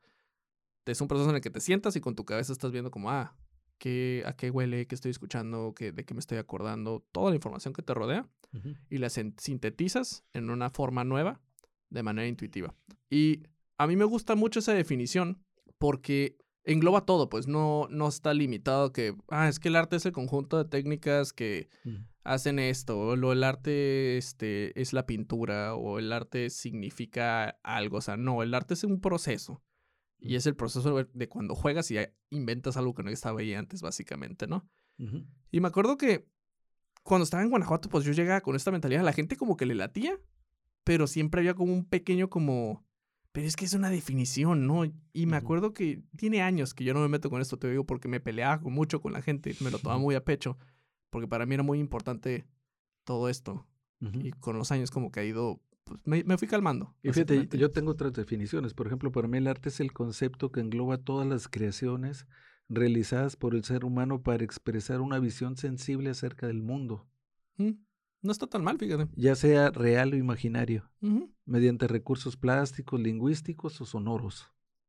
es un proceso en el que te sientas y con tu cabeza estás viendo como, ah, ¿qué, ¿a qué huele? ¿Qué estoy escuchando? ¿Qué, ¿De qué me estoy acordando? Toda la información que te rodea Ujú. y la sin- sintetizas en una forma nueva de manera intuitiva. Y a mí me gusta mucho esa definición porque engloba todo, pues no, no está limitado que, ah, es que el arte es el conjunto de técnicas que Ujú. hacen esto, o lo, el arte este, es la pintura, o el arte significa algo, o sea, no, el arte es un proceso. Y es el proceso de- de cuando juegas y ya inventas algo que no estaba ahí antes, básicamente, ¿no? Ujú. Y me acuerdo que cuando estaba en Guanajuato, pues yo llegaba con esta mentalidad, la gente como que le latía, pero siempre había como un pequeño como, pero es que es una definición, ¿no? Y me Ujú. acuerdo que tiene años que yo no me meto con esto, te digo, porque me peleaba con- mucho con la gente, me lo tomaba muy a pecho, porque para mí era muy importante todo esto. Ujú. Y con los años como que ha ido, pues me, me fui calmando, Y fíjate, básicamente. yo tengo otras definiciones. Por ejemplo, para mí el arte es el concepto que engloba todas las creaciones realizadas por el ser humano para expresar una visión sensible acerca del mundo, Mm, No está tan mal, fíjate. ya sea real o imaginario, Ujú. mediante recursos plásticos, lingüísticos o sonoros.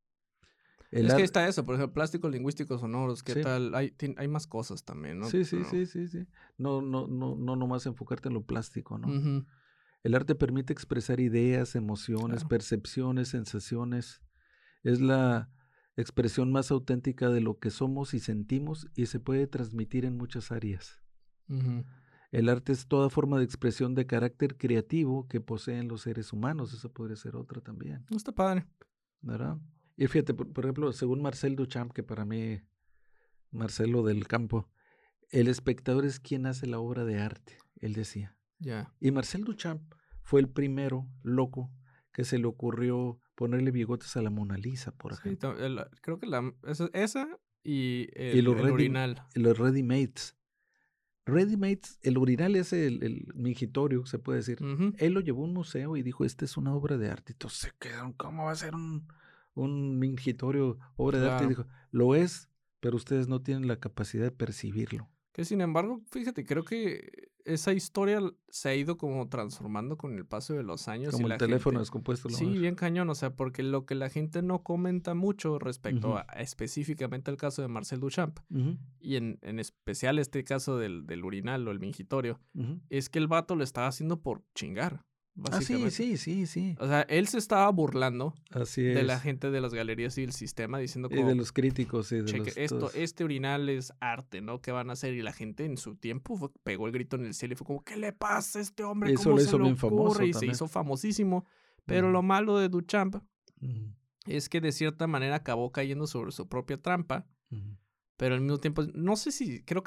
El Es que ahí ar- está eso, por ejemplo, plásticos lingüísticos sonoros, ¿qué Sí. tal? Hay, tien- hay más cosas también, ¿no? Sí, sí, Pero- sí, sí, sí. No, no, no, no nomás enfocarte en lo plástico, ¿no? Ujú, El arte permite expresar ideas, emociones, claro. percepciones, sensaciones. Es la expresión más auténtica de lo que somos y sentimos y se puede transmitir en muchas áreas. Ujú. El arte es toda forma de expresión de carácter creativo que poseen los seres humanos. Esa podría ser otra también, Está padre. ¿verdad? Y fíjate, por, por ejemplo, según Marcel Duchamp, que para mí, Marcelo del Campo, el espectador es quien hace la obra de arte, él decía. Ya. Y Marcel Duchamp fue el primero loco que se le ocurrió ponerle bigotes a la Mona Lisa, por Sí, ejemplo. ta- el- creo que la, esa, esa y Y el, los, el ready, urinal. los ready-mates. Ready-mates, el urinal es el, el mingitorio, se puede decir. Ujú. Él lo llevó a un museo y dijo, esta es una obra de arte. Y todos se quedaron, ¿cómo va a ser un, un mingitorio obra de arte? Y Claro. dijo, lo es, pero ustedes no tienen la capacidad de percibirlo. Que sin embargo, fíjate, creo que esa historia l- se ha ido como transformando con el paso de los años y Como el la teléfono gente. descompuesto. Lo Sí, más. bien cañón, o sea, porque lo que la gente no comenta mucho respecto Ujú, a específicamente al caso de Marcel Duchamp, ujú, y en, en especial este caso del, del urinal o el mingitorio, ujú. es que el vato lo estaba haciendo por chingar, Ah, sí, básicamente. sí, sí, sí. O sea, él se estaba burlando Así de es. la gente de las galerías y del sistema diciendo Y de como, los críticos y de cheque, los esto, todos. este urinal es arte, ¿no? ¿Qué van a hacer? Y la gente en su tiempo fue- pegó el grito en el cielo y fue como, ¿qué le pasa a este hombre? Eso ¿Cómo lo se hizo le bien famoso ocurre? Y se también. hizo famosísimo. Pero Ujú, lo malo de Duchamp ujú, es que de cierta manera acabó cayendo sobre su propia trampa, ujú. pero al mismo tiempo, no sé si, creo que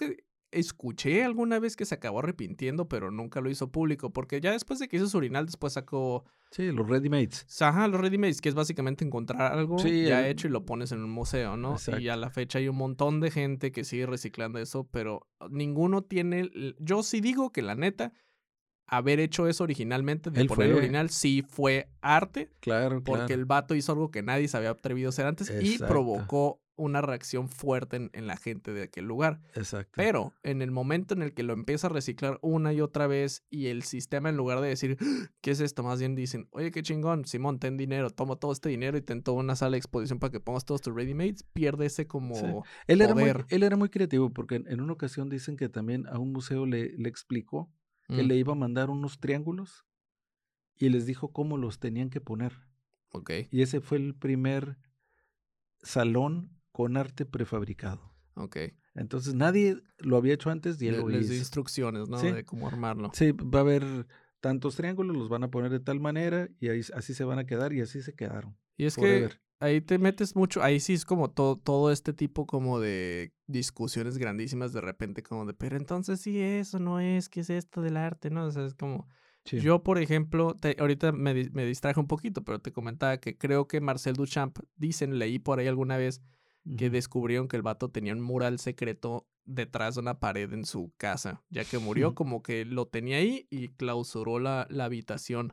escuché alguna vez que se acabó arrepintiendo, pero nunca lo hizo público, porque ya después de que hizo su urinal, después sacó... Sí, los ready-mades. Ajá, los ready-mades, que es básicamente encontrar algo Sí, ya el- hecho y lo pones en un museo, ¿no? Exacto. Y a la fecha hay un montón de gente que sigue reciclando eso, pero ninguno tiene... el- Yo sí digo que la neta, haber hecho eso originalmente, de Él poner el fue, urinal, sí fue arte, claro, porque claro. el vato hizo algo que nadie se había atrevido a hacer antes y Exacto, provocó una reacción fuerte en, en la gente de aquel lugar. exacto. Pero en el momento en el que lo empieza a reciclar una y otra vez y el sistema, en lugar de decir, "¡Ah! ¿Qué es esto?", más bien dicen, oye, qué chingón, Simón, ten dinero, toma todo este dinero y ten toda una sala de exposición para que pongas todos tus ready-mades, pierde ese Sí. como Él era muy, poder. él era muy creativo porque en, en una ocasión dicen que también a un museo le, le explicó que Mm, le iba a mandar unos triángulos y les dijo cómo los tenían que poner. ok, Y ese fue el primer salón con arte prefabricado. ok. Entonces nadie lo había hecho antes y él Le- lo les dio hizo. instrucciones, ¿no? Sí, De cómo armarlo. sí, va a haber tantos triángulos, los van a poner de tal manera y ahí, así se van a quedar y así se quedaron. Y es que Forever. ahí te metes mucho, ahí sí es como todo, todo este tipo como de discusiones grandísimas de repente, como de, pero entonces sí eso no es, ¿qué es esto del arte? ¿No? O sea, es como, Sí. yo por ejemplo, te- ahorita me, di- me distraje un poquito, pero te comentaba que creo que Marcel Duchamp, dicen, leí por ahí alguna vez que Ujú. descubrieron que el vato tenía un mural secreto detrás de una pared en su casa, ya que murió, como que lo tenía ahí y clausuró la, la habitación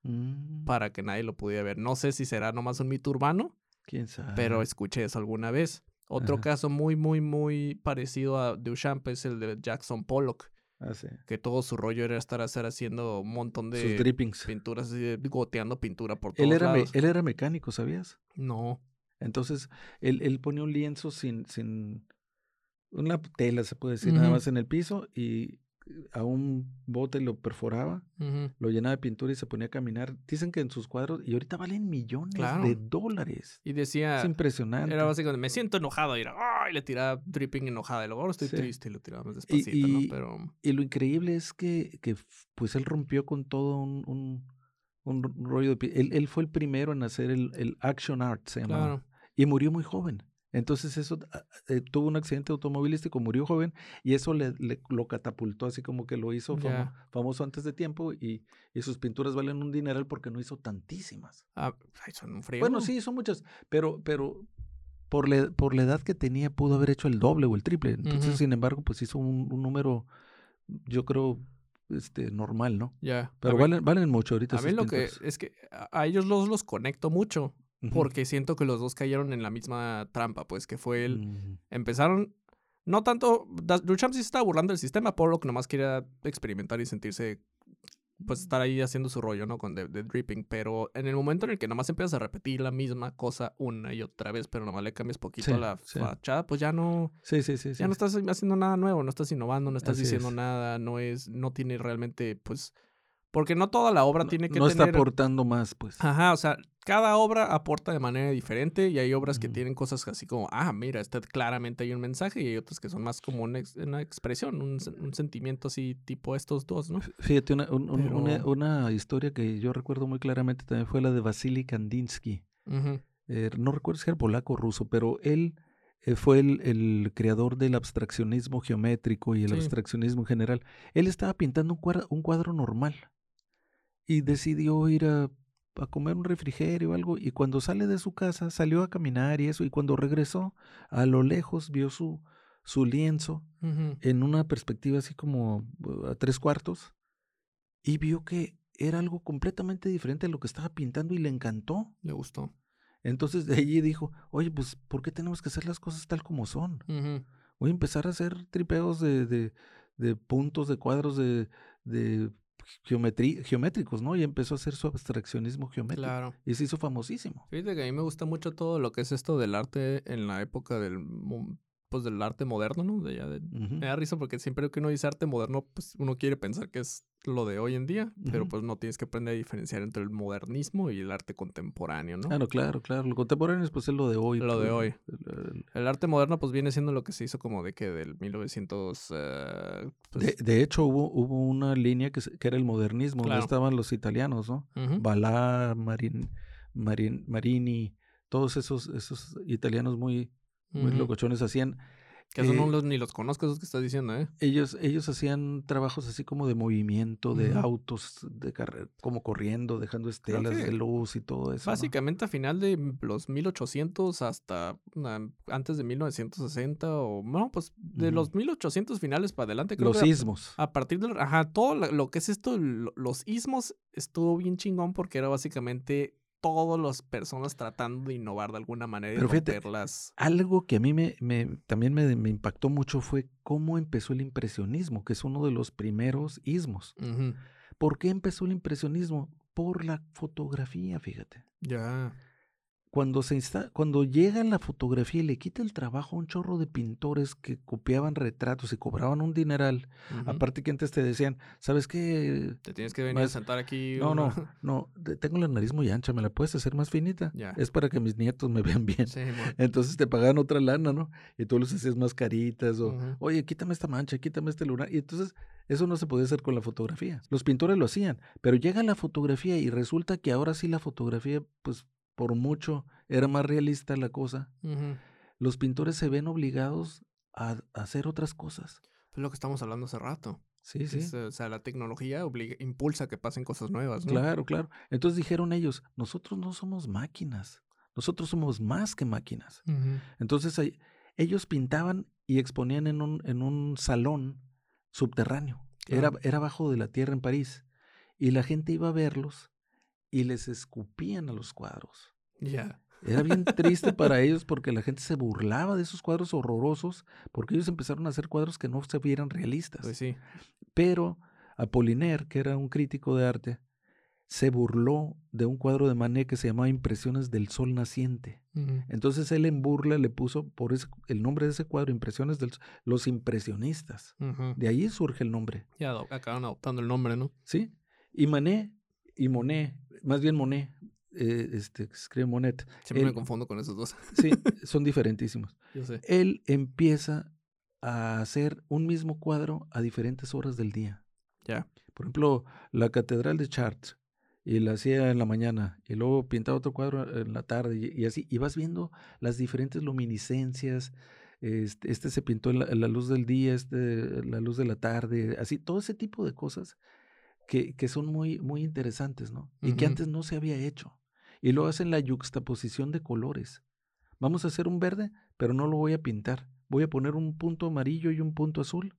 Mm, para que nadie lo pudiera ver. No sé si será nomás un mito urbano, quién pero sabe. escuché eso alguna vez. Otro Ajá. caso muy, muy, muy parecido a Duchamp es el de Jackson Pollock, Ah, sí. que todo su rollo era estar hacer haciendo un montón Sus de drippings. pinturas así, de goteando pintura por Él todos era, me- lados. él era mecánico, ¿sabías? No, Entonces, él, él ponía un lienzo sin, sin una tela, se puede decir, nada Ujú, más en el piso y a un bote lo perforaba, ujú, lo llenaba de pintura y se ponía a caminar. Dicen que en sus cuadros, y ahorita valen millones de claro. dólares. Y Es decía, era impresionante. básicamente, me siento enojado, y era, ¡ay! Le tiraba dripping enojada, y luego ahora estoy Sí. triste, y lo tiraba más Y, despacito, ¿no? y, Pero, y lo increíble es que, que f- pues él rompió con todo un, un, un ro- rollo de... pi- Él, él fue el primero en hacer el, el action art, se llamaba, claro, y murió muy joven. Entonces eso, ah, eh, tuvo un accidente automovilístico, murió joven, y eso le, le- lo catapultó, así como que lo hizo famo- ya. famoso antes de tiempo, y, y sus pinturas valen un dineral porque no hizo tantísimas. Ah, ay, son un Bueno, friego. sí, son muchas, pero, pero por la, por la edad que tenía pudo haber hecho el doble o el triple. Entonces, Ujú, sin embargo, pues hizo un, un número, yo creo, este, normal, ¿no? ya. A Pero mí, valen, valen mucho ahorita a mí esas lo que pinturas. es que a, a ellos los, los conecto mucho Ujú. porque siento que los dos cayeron en la misma trampa, pues que fue el... Ujú. Empezaron, no tanto, Da- Duchamp sí se estaba burlando del sistema, Pollock nomás quería experimentar y sentirse, pues estar ahí haciendo su rollo, ¿no? Con de, de dripping, pero en el momento en el que nomás empiezas a repetir la misma cosa una y otra vez, pero nomás le cambias poquito Sí, a la sí. fachada, pues ya no... Sí, sí, sí, Ya sí. no estás haciendo nada nuevo, no estás innovando, no estás Así diciendo es. nada, no es, no tiene realmente, pues, porque no toda la obra No, tiene que no está tener, aportando más, pues. ajá, o sea, cada obra aporta de manera diferente y hay obras que Ujú. tienen cosas así como, ah, mira, está claramente hay un mensaje y hay otras que son más como una, ex- una expresión, un, sen- un sentimiento así tipo estos dos, ¿no? F- Fíjate, una, un- un- una, Pero, una historia que yo recuerdo muy claramente también fue la de Vasily Kandinsky. ujú, Eh, no recuerdo si era polaco o ruso, pero él eh, fue el, el creador del abstraccionismo geométrico y el sí, abstraccionismo en general. Él estaba pintando un cuadro, un cuadro normal y decidió ir a, a comer un refrigerio o algo, y cuando sale de su casa salió a caminar y eso, y cuando regresó a lo lejos vio su, su lienzo ujú, en una perspectiva así como uh, a tres cuartos y vio que era algo completamente diferente a lo que estaba pintando y le encantó. le gustó. Entonces de allí dijo, oye, pues, ¿por qué tenemos que hacer las cosas tal como son? Ujú, Voy a empezar a hacer tripeos de, de, de puntos, de cuadros, de, de geometría, geométricos, ¿no? Y empezó a hacer su abstraccionismo geométrico. claro. Y se hizo famosísimo. Fíjate que a mí me gusta mucho todo lo que es esto del arte en la época del, mo- pues del arte moderno, ¿no? De ya de- Ujú, me da risa porque siempre que uno dice arte moderno, pues uno quiere pensar que es lo de hoy en día, pero ujú. pues no tienes que aprender a diferenciar entre el modernismo y el arte contemporáneo, ¿no? Ah, no, claro, claro. Lo contemporáneo pues es lo de hoy. Lo de Pues, hoy. el- el- El arte moderno pues viene siendo lo que se hizo como de que del mil novecientos, eh, de, pues de hecho, hubo, hubo una línea que, se- que era el modernismo, donde claro. estaban los italianos, ¿no? Ujú, Balá, Marin, Marin- Marini, todos esos, esos italianos muy, muy ujú. locochones hacían. Que esos no Eh, los ni los conozco, esos que estás diciendo, ¿eh? ellos ellos hacían trabajos así como de movimiento, de Ujú. autos, de carre como corriendo, dejando Creo estelas de que luz y todo eso, ¿no? básicamente a final de los mil ochocientos hasta, am, antes de mil novecientos sesenta o no, pues, de Ujú. los mil ochocientos finales para adelante, creo que Los a sismos. a partir del ajá, todo lo lo que es esto, lo los istmos estuvo bien chingón porque era básicamente todos las personas tratando de innovar de alguna manera y Pero fíjate, romper las algo que a mí me me también me me impactó mucho fue cómo empezó el impresionismo, que es uno de los primeros ismos. ujú, ¿Por qué empezó el impresionismo? Por la fotografía, fíjate. ya, Cuando se insta cuando llega la fotografía y le quita el trabajo a un chorro de pintores que copiaban retratos y cobraban un dineral, ujú. aparte que antes te decían: "¿Sabes qué? Te tienes que venir a Maes sentar aquí no, una no, no, te tengo la nariz muy ancha, ¿me la puedes hacer más finita? ya, Es para que mis nietos me vean bien". simón, Entonces te pagaban otra lana, ¿no? Y tú les hacías más caritas o: ujú, "Oye, quítame esta mancha, quítame este lunar". Y entonces eso no se podía hacer con la fotografía. Los pintores lo hacían, pero llega la fotografía y resulta que ahora sí la fotografía, pues, por mucho era más realista la cosa. ujú. Los pintores se ven obligados a a hacer otras cosas. Es lo que estamos hablando hace rato, Sí, que es, sí. eh, o sea, la tecnología obliga impulsa que pasen cosas nuevas, ¿no? Claro, claro. Entonces dijeron ellos: "Nosotros no somos máquinas, nosotros somos más que máquinas". Ujú, Entonces, ahí ellos pintaban y exponían en un en un salón subterráneo. Era claro, era abajo de la tierra en París, y la gente iba a verlos y les escupían a los cuadros. ya, Era bien triste para ellos porque la gente se burlaba de esos cuadros horrorosos, porque ellos empezaron a hacer cuadros que no se vieran pues realistas. sí, Pero Apollinaire, que era un crítico de arte, se burló de un cuadro de Manet que se llamaba Impresiones del Sol Naciente. ujú, Entonces él en burla le puso por ese, el nombre de ese cuadro, Impresiones del Sol, los impresionistas. ujú. De ahí surge el nombre, Ya ado acabaron adoptando el nombre, ¿no? ¿sí? Y Manet y Monet, más bien Monet, eh, este, que se escribe Monet, Siempre me él, confundo con esos dos. sí, son diferentísimos. Yo sé. Él empieza a hacer un mismo cuadro a diferentes horas del día. Ya, Por ejemplo, la Catedral de Chartres, y la hacía en la mañana, y luego pintaba otro cuadro en la tarde, y, y así, y vas viendo las diferentes luminiscencias. Este, este se pintó en la, en la luz del día, este, en la luz de la tarde, así, todo ese tipo de cosas que, que son muy, muy interesantes, ¿no? Y que ujú, antes no se había hecho. Y luego hacen la yuxtaposición de colores. Vamos a hacer un verde, pero no lo voy a pintar. Voy a poner un punto amarillo y un punto azul,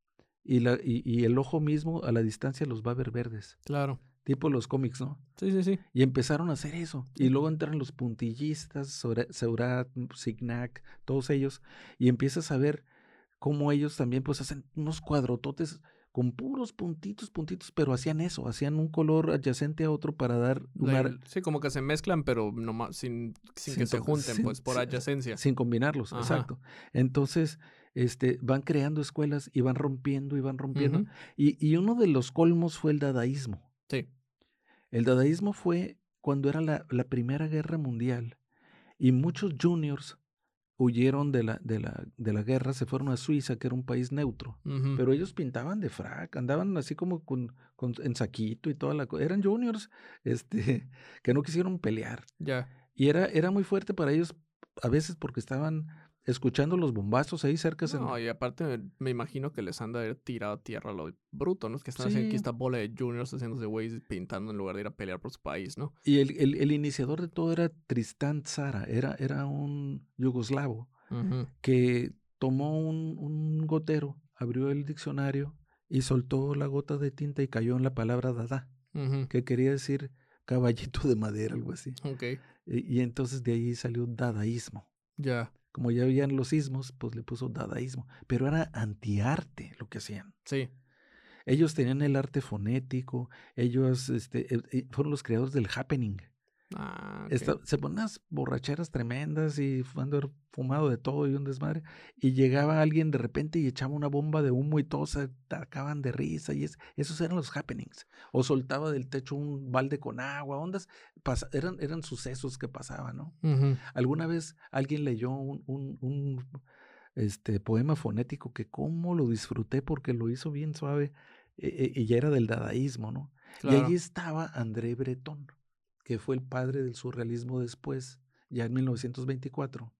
y, la, y, y el ojo mismo a la distancia los va a ver verdes, claro. tipo los cómics, ¿no? Sí, sí, sí, Y empezaron a hacer eso. Y sí. luego entran los puntillistas, Seurat, Seurat, Signac, todos ellos, y empiezas a ver cómo ellos también pues hacen unos cuadrototes con puros puntitos, puntitos, pero hacían eso, hacían un color adyacente a otro para dar La una, il sí, como que se mezclan, pero nomás sin sin que sin, se to- junten, sin, pues, por sin- adyacencia. sin combinarlos, Ajá. exacto. Entonces, este, van creando escuelas y van rompiendo y van rompiendo. Ujú. Y, y uno de los colmos fue el dadaísmo. Sí. El dadaísmo fue cuando era la, la Primera Guerra Mundial y muchos juniors huyeron de la, de la, de la guerra, se fueron a Suiza, que era un país neutro. Ujú. Pero ellos pintaban de frac, andaban así como con, con en saquito y toda la cosa. Eran juniors, este, que no quisieron pelear. Ya. Y era, era muy fuerte para ellos, a veces porque estaban escuchando los bombazos ahí cerca. En, No, y aparte me imagino que les han de haber tirado a tierra a lo bruto, ¿no? Es que están haciendo aquí sí, esta bola de juniors haciéndose güeyes pintando en lugar de ir a pelear por su país, ¿no? y el, el, el iniciador de todo era Tristán Tzara, era, era un yugoslavo Ujú, que tomó un, un gotero, abrió el diccionario y soltó la gota de tinta y cayó en la palabra dada, ujú. que quería decir caballito de madera, algo así. Okey. Y, y entonces de ahí salió dadaísmo. Ya. Como ya habían los ismos, pues le puso dadaísmo. Pero era antiarte lo que hacían. Sí. Ellos tenían el arte fonético, ellos este, eh, eh, fueron los creadores del happening. Ah, okey. Esta- se ponían unas borracheras tremendas y andar fumado de todo y un desmadre. Y llegaba alguien de repente y echaba una bomba de humo y todos se atacaban de risa. Y es, esos eran los happenings. O soltaba del techo un balde con agua, ondas. Pasa, eran, eran sucesos que pasaban, ¿no? Ujú. Alguna vez alguien leyó un, un, un, este, poema fonético que cómo lo disfruté porque lo hizo bien suave, eh, eh, y ya era del dadaísmo, ¿no? Y allí Claro. estaba André Breton, que fue el padre del surrealismo después, ya en mil novecientos veinticuatro.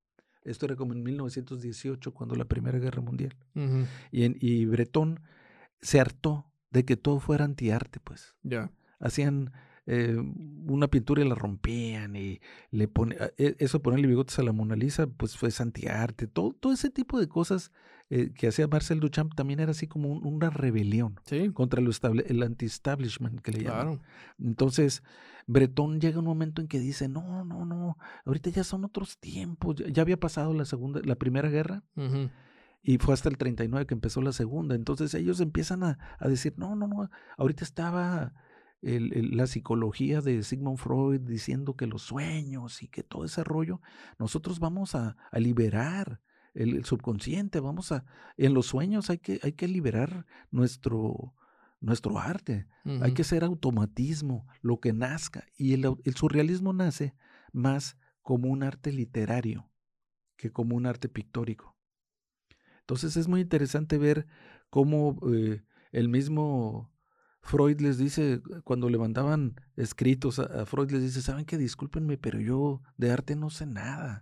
Esto era como en mil novecientos dieciocho, cuando la Primera Guerra Mundial. Ujú. Y, en, y Breton se hartó de que todo fuera antiarte, pues. Ya. Hacían eh, una pintura y la rompían y le ponían, eso ponerle bigotes a la Mona Lisa, pues fue antiarte. Todo, todo ese tipo de cosas eh, que hacía Marcel Duchamp también era así como un, una rebelión Sí, contra lo estable, el anti-establishment que le llaman. claro. Entonces, Breton llega un momento en que dice, no, no, no, ahorita ya son otros tiempos, ya, ya había pasado la segunda, la Primera Guerra, Ujú. y fue hasta el treinta y nueve que empezó la segunda. Entonces ellos empiezan a, a decir, no, no, no, ahorita estaba el, el, la psicología de Sigmund Freud diciendo que los sueños y que todo ese rollo, nosotros vamos a, a liberar el, el subconsciente, vamos a, en los sueños hay que, hay que liberar nuestro, nuestro arte, Ujú. hay que hacer automatismo, lo que nazca. Y el, el surrealismo nace más como un arte literario que como un arte pictórico. Entonces es muy interesante ver cómo eh, el mismo Freud les dice, cuando le mandaban escritos a, a Freud, les dice, ¿saben qué? Discúlpenme, pero yo de arte no sé nada.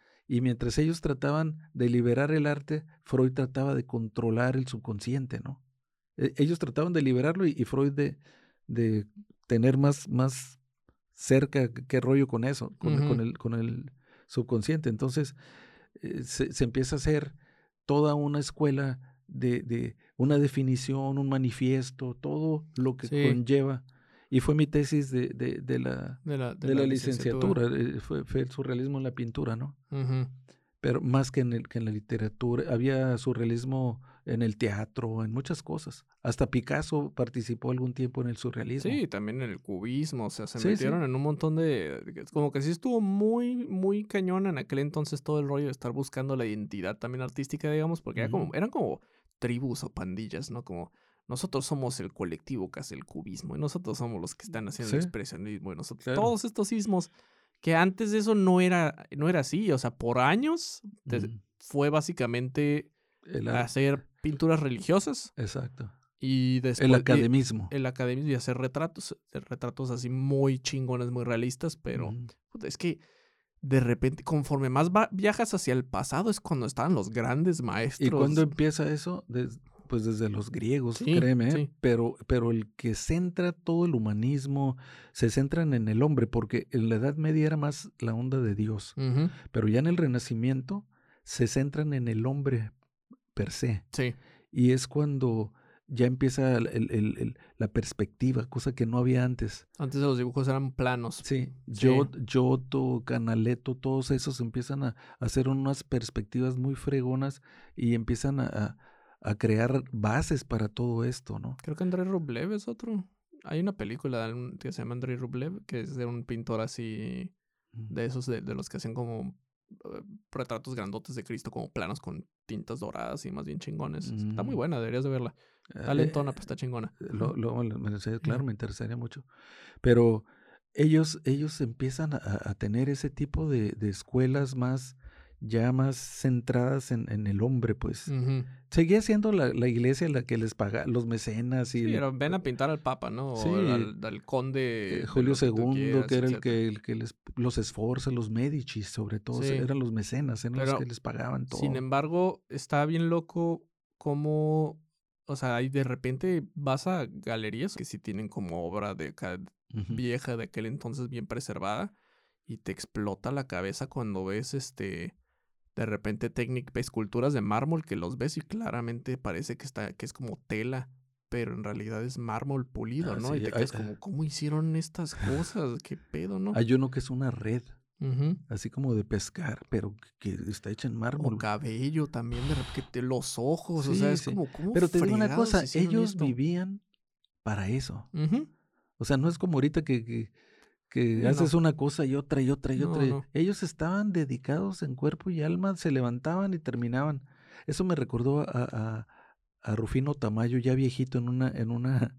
Y mientras ellos trataban de liberar el arte, Freud trataba de controlar el subconsciente, ¿no? E- ellos trataban de liberarlo y, y Freud de, de tener más, más cerca qué rollo con eso, con, Ujú. con, el, con el subconsciente. Entonces eh, se, se empieza a hacer toda una escuela de, de una definición, un manifiesto, todo lo que Sí, conlleva. Y fue mi tesis de, de, de la, de la, de de la la licenciatura. licenciatura, eh, fue, fue el surrealismo en la pintura, ¿no? Ujú. Pero más que en, el, que en la literatura, había surrealismo en el teatro, en muchas cosas. Hasta Picasso participó algún tiempo en el surrealismo. Sí, también en el cubismo, o sea, se Sí, metieron sí. en un montón de... de- Como que sí estuvo muy, muy cañón en aquel entonces todo el rollo de estar buscando la identidad también artística, digamos, porque era Ujú. como, eran como tribus o pandillas, ¿no? Como nosotros somos el colectivo que hace el cubismo y nosotros somos los que están haciendo el Sí, expresionismo y nosotros, claro. todos estos sismos que antes de eso no era, no era así, o sea, por años te- Ujú. fue básicamente El arte, hacer pinturas religiosas exacto. y El después y academismo. el academismo y hacer retratos, eh, retratos así muy chingones, muy realistas, pero Ujú. puta, es que de repente, conforme más va- viajas hacia el pasado, es cuando estaban los grandes ¿Y cuándo maestros. empieza eso? Des- pues desde los griegos, Sí, créeme, ¿eh? sí. pero, pero el que centra todo el humanismo, se centran en el hombre, porque en la Edad Media era más la onda de Dios, Ujú. pero ya en el Renacimiento se centran en el hombre per se, Sí, y es cuando ya empieza el- el- el- el- la perspectiva, cosa que no había antes. antes de los dibujos eran planos. Sí, Sí. Giot- Giotto, Canaletto, todos esos empiezan a, a hacer unas perspectivas muy fregonas y empiezan a, a- a crear bases para todo esto, ¿no? Creo que Andrei Rublev es otro. Hay una película de un- que se llama Andrei Rublev, que es de un pintor así, Mm. de esos de, de los que hacen como eh, retratos grandotes de Cristo, como planos con tintas doradas y más bien chingones. Está muy Mm, buena, deberías de verla. Está eh, lentona, pero está chingona. lo, lo- me- me- claro, me interesaría mucho. Pero ellos, ellos empiezan a, a tener ese tipo de, de escuelas más, ya más centradas en, en el hombre, pues. Ujú. Seguía siendo la, la iglesia la que les paga, los mecenas y Sí, el, era, ven a pintar al Papa, ¿no? O al, sí, al- al eh, conde de Julio lo que tú segundo, que quieras, era el etcétera. que, el que les, los esforza, los Medici, sobre todo, Sí, eran los mecenas, eran los que pero les pagaban sin todo. embargo, está bien loco cómo, o sea, ahí de repente vas a galerías que sí tienen como obra de acá Ujú. vieja de aquel entonces bien preservada y te explota la cabeza cuando ves este de repente técnica esculturas de mármol que los ves y claramente parece que está que es como tela, pero en realidad es mármol pulido, Ah, ¿no? Y sí, te hay, quedas como, ¿cómo hicieron estas cosas? ¿Qué pedo, no? hay uno que es una red, Ujú. así como de pescar, pero que, que está hecha en O mármol. cabello también, de repente los ojos, o sea, Sí, es sí. como, ¿cómo Pero te digo una fregados cosa, hicieron ellos esto? vivían para eso. Ujú. O sea, no es como ahorita que, que, que Sí, haces no, una cosa y otra y otra y no, otra. no. Ellos estaban dedicados en cuerpo y alma, se levantaban y terminaban. Eso me recordó a, a, a Rufino Tamayo, ya viejito, en una, en una,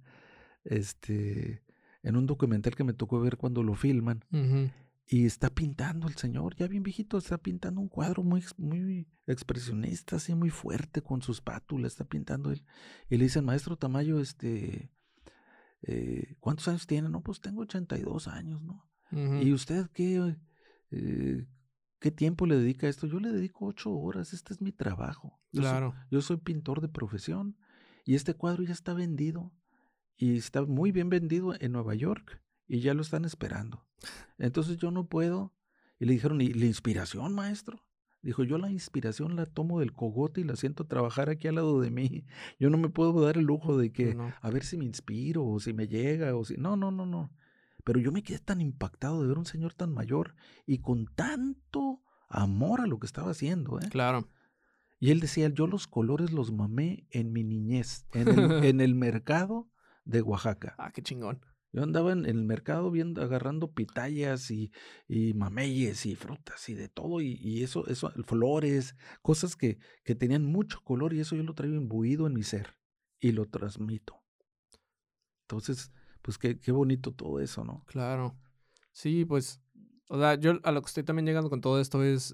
este, en un documental que me tocó ver cuando lo filman. Ujú. Y está pintando el señor, ya bien viejito, está pintando un cuadro muy, ex- muy expresionista, así muy fuerte con sus pátulas, está pintando él. Y le dicen, maestro Tamayo, este, eh, ¿cuántos años tiene? No, pues tengo ochenta y dos años, ¿no? Ujú. ¿Y usted qué? Eh, ¿qué tiempo le dedica a esto? Yo le dedico ocho horas, este es mi trabajo. Yo, so- Claro. yo soy pintor de profesión y este cuadro ya está vendido y está muy bien vendido en Nueva York y ya lo están esperando. Entonces yo no puedo. Y le dijeron, ¿y la inspiración, maestro? Dijo, yo la inspiración la tomo del cogote y la siento trabajar aquí al lado de mí. Yo no me puedo dar el lujo de Pues que, no. a ver si me inspiro o si me llega o si... No, no, no, no. Pero yo me quedé tan impactado de ver un señor tan mayor y con tanto amor a lo que estaba haciendo, ¿eh? Claro. Y él decía, yo los colores los mamé en mi niñez, en el, en el mercado de Oaxaca. Ah, qué chingón. Yo andaba en el mercado viendo, agarrando pitayas y, y mameyes y frutas y de todo, y, y eso, eso, flores, cosas que, que tenían mucho color, y eso yo lo traigo imbuido en mi ser y lo transmito. Entonces, pues qué, qué bonito todo eso, ¿no? Claro. Sí, pues, o sea, yo a lo que estoy también llegando con todo esto es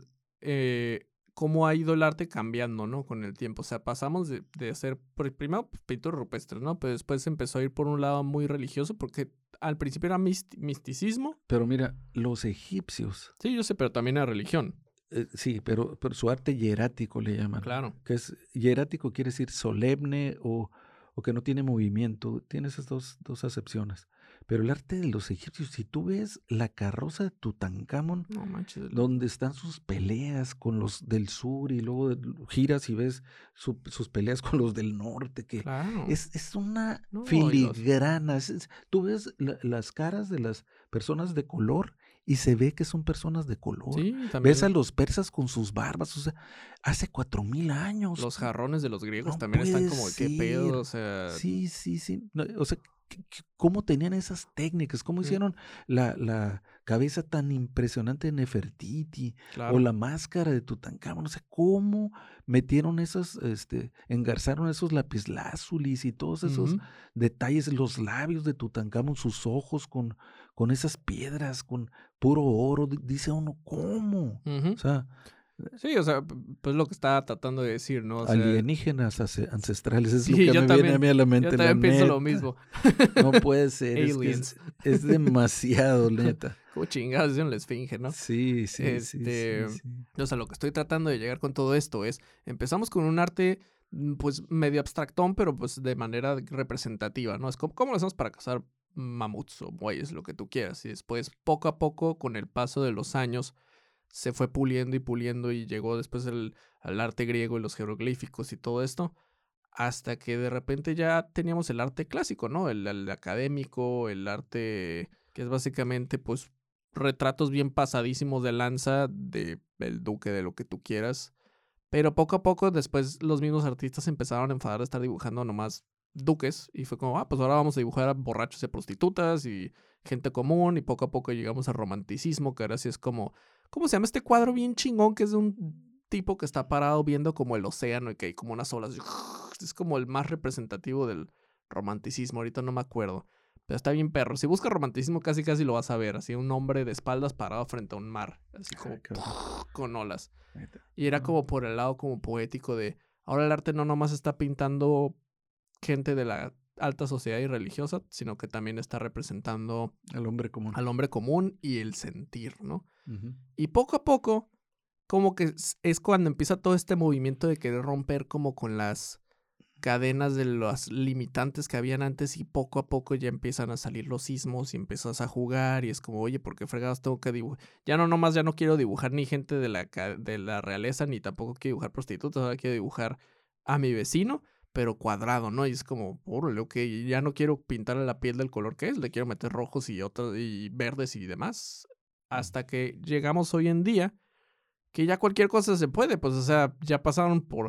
eh, cómo ha ido el arte cambiando, ¿no? Con el tiempo. O sea, pasamos de, de hacer, pr- primero, pues, pintura rupestre, ¿no? Pero después empezó a ir por un lado muy religioso, porque al principio era misti- misticismo. Pero mira, los egipcios, Sí, yo sé, pero también era religión. eh, sí, pero, pero su arte hierático le llaman, Claro. que es hierático quiere decir solemne o, o que no tiene movimiento, tiene esas dos, dos acepciones. Pero el arte de los egipcios, si tú ves la carroza de Tutankamón, No manches. el- donde están sus peleas con los del sur y luego de- giras y ves su- sus peleas con los del norte, que Claro. es, es una No, y los... filigrana. es- es- tú ves la- las caras de las personas de color y se ve que son personas de color. Sí, Ves a también los persas con sus barbas, o sea, hace cuatro mil años. los jarrones de los griegos No también están puede como, ¿qué pedo? O ser. sea... Sí, sí, sí. No, o sea, ¿qué- qué- ¿cómo tenían esas técnicas? ¿Cómo mm, hicieron la, la cabeza tan impresionante de Nefertiti o Claro. la máscara de Tutankamón? O sea, ¿cómo metieron esas, este, engarzaron eesos lapislazulis y todos esos Ujú, detalles, los labios de Tutankamón, sus ojos con, con esas piedras, con puro oro? Di- Dice uno, ¿cómo? ujú. O sea, Sí, o sea, p- pues lo que estaba tratando de decir, ¿no? O sea, alienígenas ace- ancestrales, es lo sí, que yo me viene a también, mí a la yo mente, la también pienso lo neta. mismo. No puede ser, es que es, Aliens. es demasiado, neta. Como chingados hicieron la esfinge, ¿no? Sí, sí, sí, Este, sí, sí. o sea, lo que estoy tratando de llegar con todo esto es, empezamos con un arte, mm, pues, medio abstractón, pero pues de manera representativa, ¿no? Es como, ¿cómo lo hacemos para cazar mamuts o bueyes, lo que tú quieras? Y después, poco a poco, con el paso de los años, se fue puliendo y puliendo y llegó después el, al arte griego y los jeroglíficos y todo esto, hasta que de repente ya teníamos el arte clásico, ¿no? El, el académico, el arte que es básicamente, pues, retratos bien pasadísimos de lanza de el duque, de lo que tú quieras. Pero poco a poco después los mismos artistas se empezaron a enfadar de estar dibujando nomás duques y fue como, ah, pues ahora vamos a dibujar a borrachos y prostitutas y gente común y poco a poco llegamos al romanticismo, que ahora sí es como, ¿cómo se llama este cuadro bien chingón que es de un tipo que está parado viendo como el océano y que hay como unas olas? Es como el más representativo del romanticismo, ahorita no me acuerdo. Pero está bien perro. Si buscas romanticismo casi casi lo vas a ver, así un hombre de espaldas parado frente a un mar, así como Ay, cabrón, con olas. neta. Y era No, como por el lado como poético de, ahora el arte no nomás está pintando gente de la alta sociedad y religiosa, sino que también está representando el hombre común. al hombre común y el sentir, ¿no? Ujú. Y poco a poco, como que es, es cuando empieza todo este movimiento de querer romper como con las cadenas de las limitantes que habían antes y poco a poco ya empiezan a salir los sismos y empiezas a jugar y es como, oye, ¿por qué fregados tengo que dibujar? Ya no nomás, ya no quiero dibujar ni gente de la, ca- de la realeza ni tampoco quiero dibujar prostitutas, ahora quiero dibujar a mi vecino, pero cuadrado, ¿no? Y es como, órale, ok, ya no quiero pintarle la piel del color que es, le quiero meter rojos y otros y verdes y demás, hasta que llegamos hoy en día que ya cualquier cosa se puede, pues, o sea, ya pasaron por...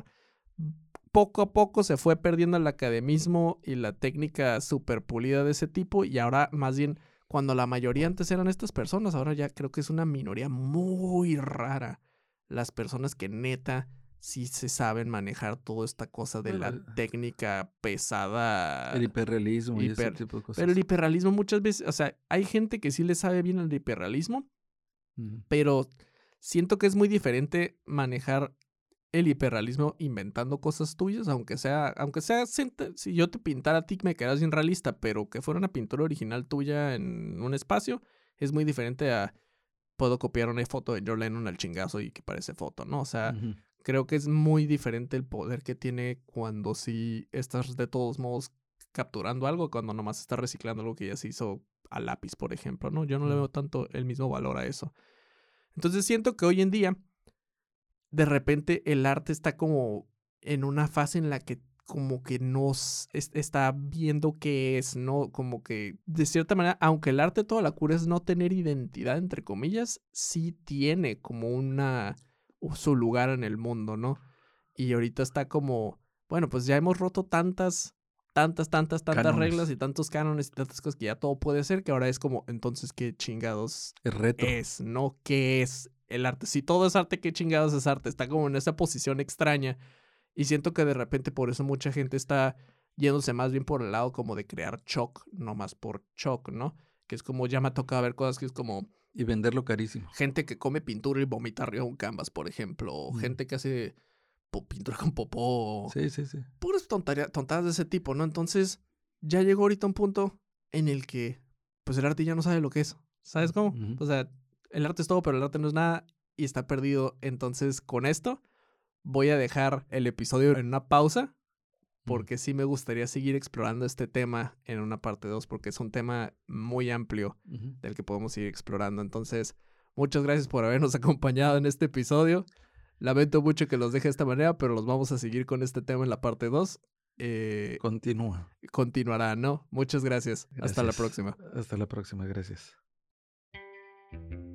Poco a poco se fue perdiendo el academismo y la técnica súper pulida de ese tipo y ahora más bien cuando la mayoría antes eran estas personas, ahora ya creo que es una minoría muy rara las personas que neta sí se saben manejar toda esta cosa de Bueno, la el, técnica el pesada, hiperrealismo y ese hiper... tipo de Pero el cosas. hiperrealismo muchas veces, o sea, hay gente que sí le sabe bien el hiperrealismo, Ujú. pero siento que es muy diferente manejar el hiperrealismo inventando cosas tuyas, aunque sea, aunque sea, senta- si yo te pintara a ti me quedas bien realista, pero que fuera una pintura original tuya en un espacio, es muy diferente a puedo copiar una foto de John Lennon al chingazo y que parece foto, ¿no? O sea, Ujú. creo que es muy diferente el poder que tiene cuando sí estás de todos modos capturando algo, cuando nomás estás reciclando algo que ya se hizo a lápiz, por ejemplo, ¿no? Yo no le Mm. veo tanto el mismo valor a eso. Entonces siento que hoy en día, de repente, el arte está como en una fase en la que como que nos es- está viendo qué es, ¿no? Como que, de cierta manera, aunque el arte toda la cura es no tener identidad, entre comillas, sí tiene como una, su lugar en el mundo, ¿no? Y ahorita está como, bueno, pues ya hemos roto tantas, tantas, tantas, tantas reglas Cánones. y tantos cánones y tantas cosas que ya todo puede ser, que ahora es como, entonces, ¿qué chingados Es retro. es, no? ¿Qué es el arte? Si todo es arte, ¿qué chingados es arte? Está como en esa posición extraña y siento que de repente por eso mucha gente está yéndose más bien por el lado como de crear shock, no más por shock, ¿no? Que es como, ya me ha tocado ver cosas que es como Y venderlo carísimo. gente que come pintura y vomita arriba de un canvas, por ejemplo, o Mm. gente que hace po- pintura con popó, Sí, sí, sí. puras tontaria- tontadas de ese tipo, ¿no? Entonces, ya llegó ahorita un punto en el que, pues el arte ya no sabe lo que es, ¿sabes cómo? Ujú. O sea, el arte es todo, pero el arte no es nada y está perdido. Entonces, con esto, voy a dejar el episodio en una pausa, Mm. porque sí me gustaría seguir explorando este tema en una parte dos, porque es un tema muy amplio Ujú. del que podemos seguir explorando. Entonces, muchas gracias por habernos acompañado en este episodio. Lamento mucho que los deje de esta manera, pero los vamos a seguir con este tema en la parte dos. Eh, Continúa. continuará, ¿no? Muchas gracias. Hasta la Gracias. próxima. Hasta la próxima. Gracias.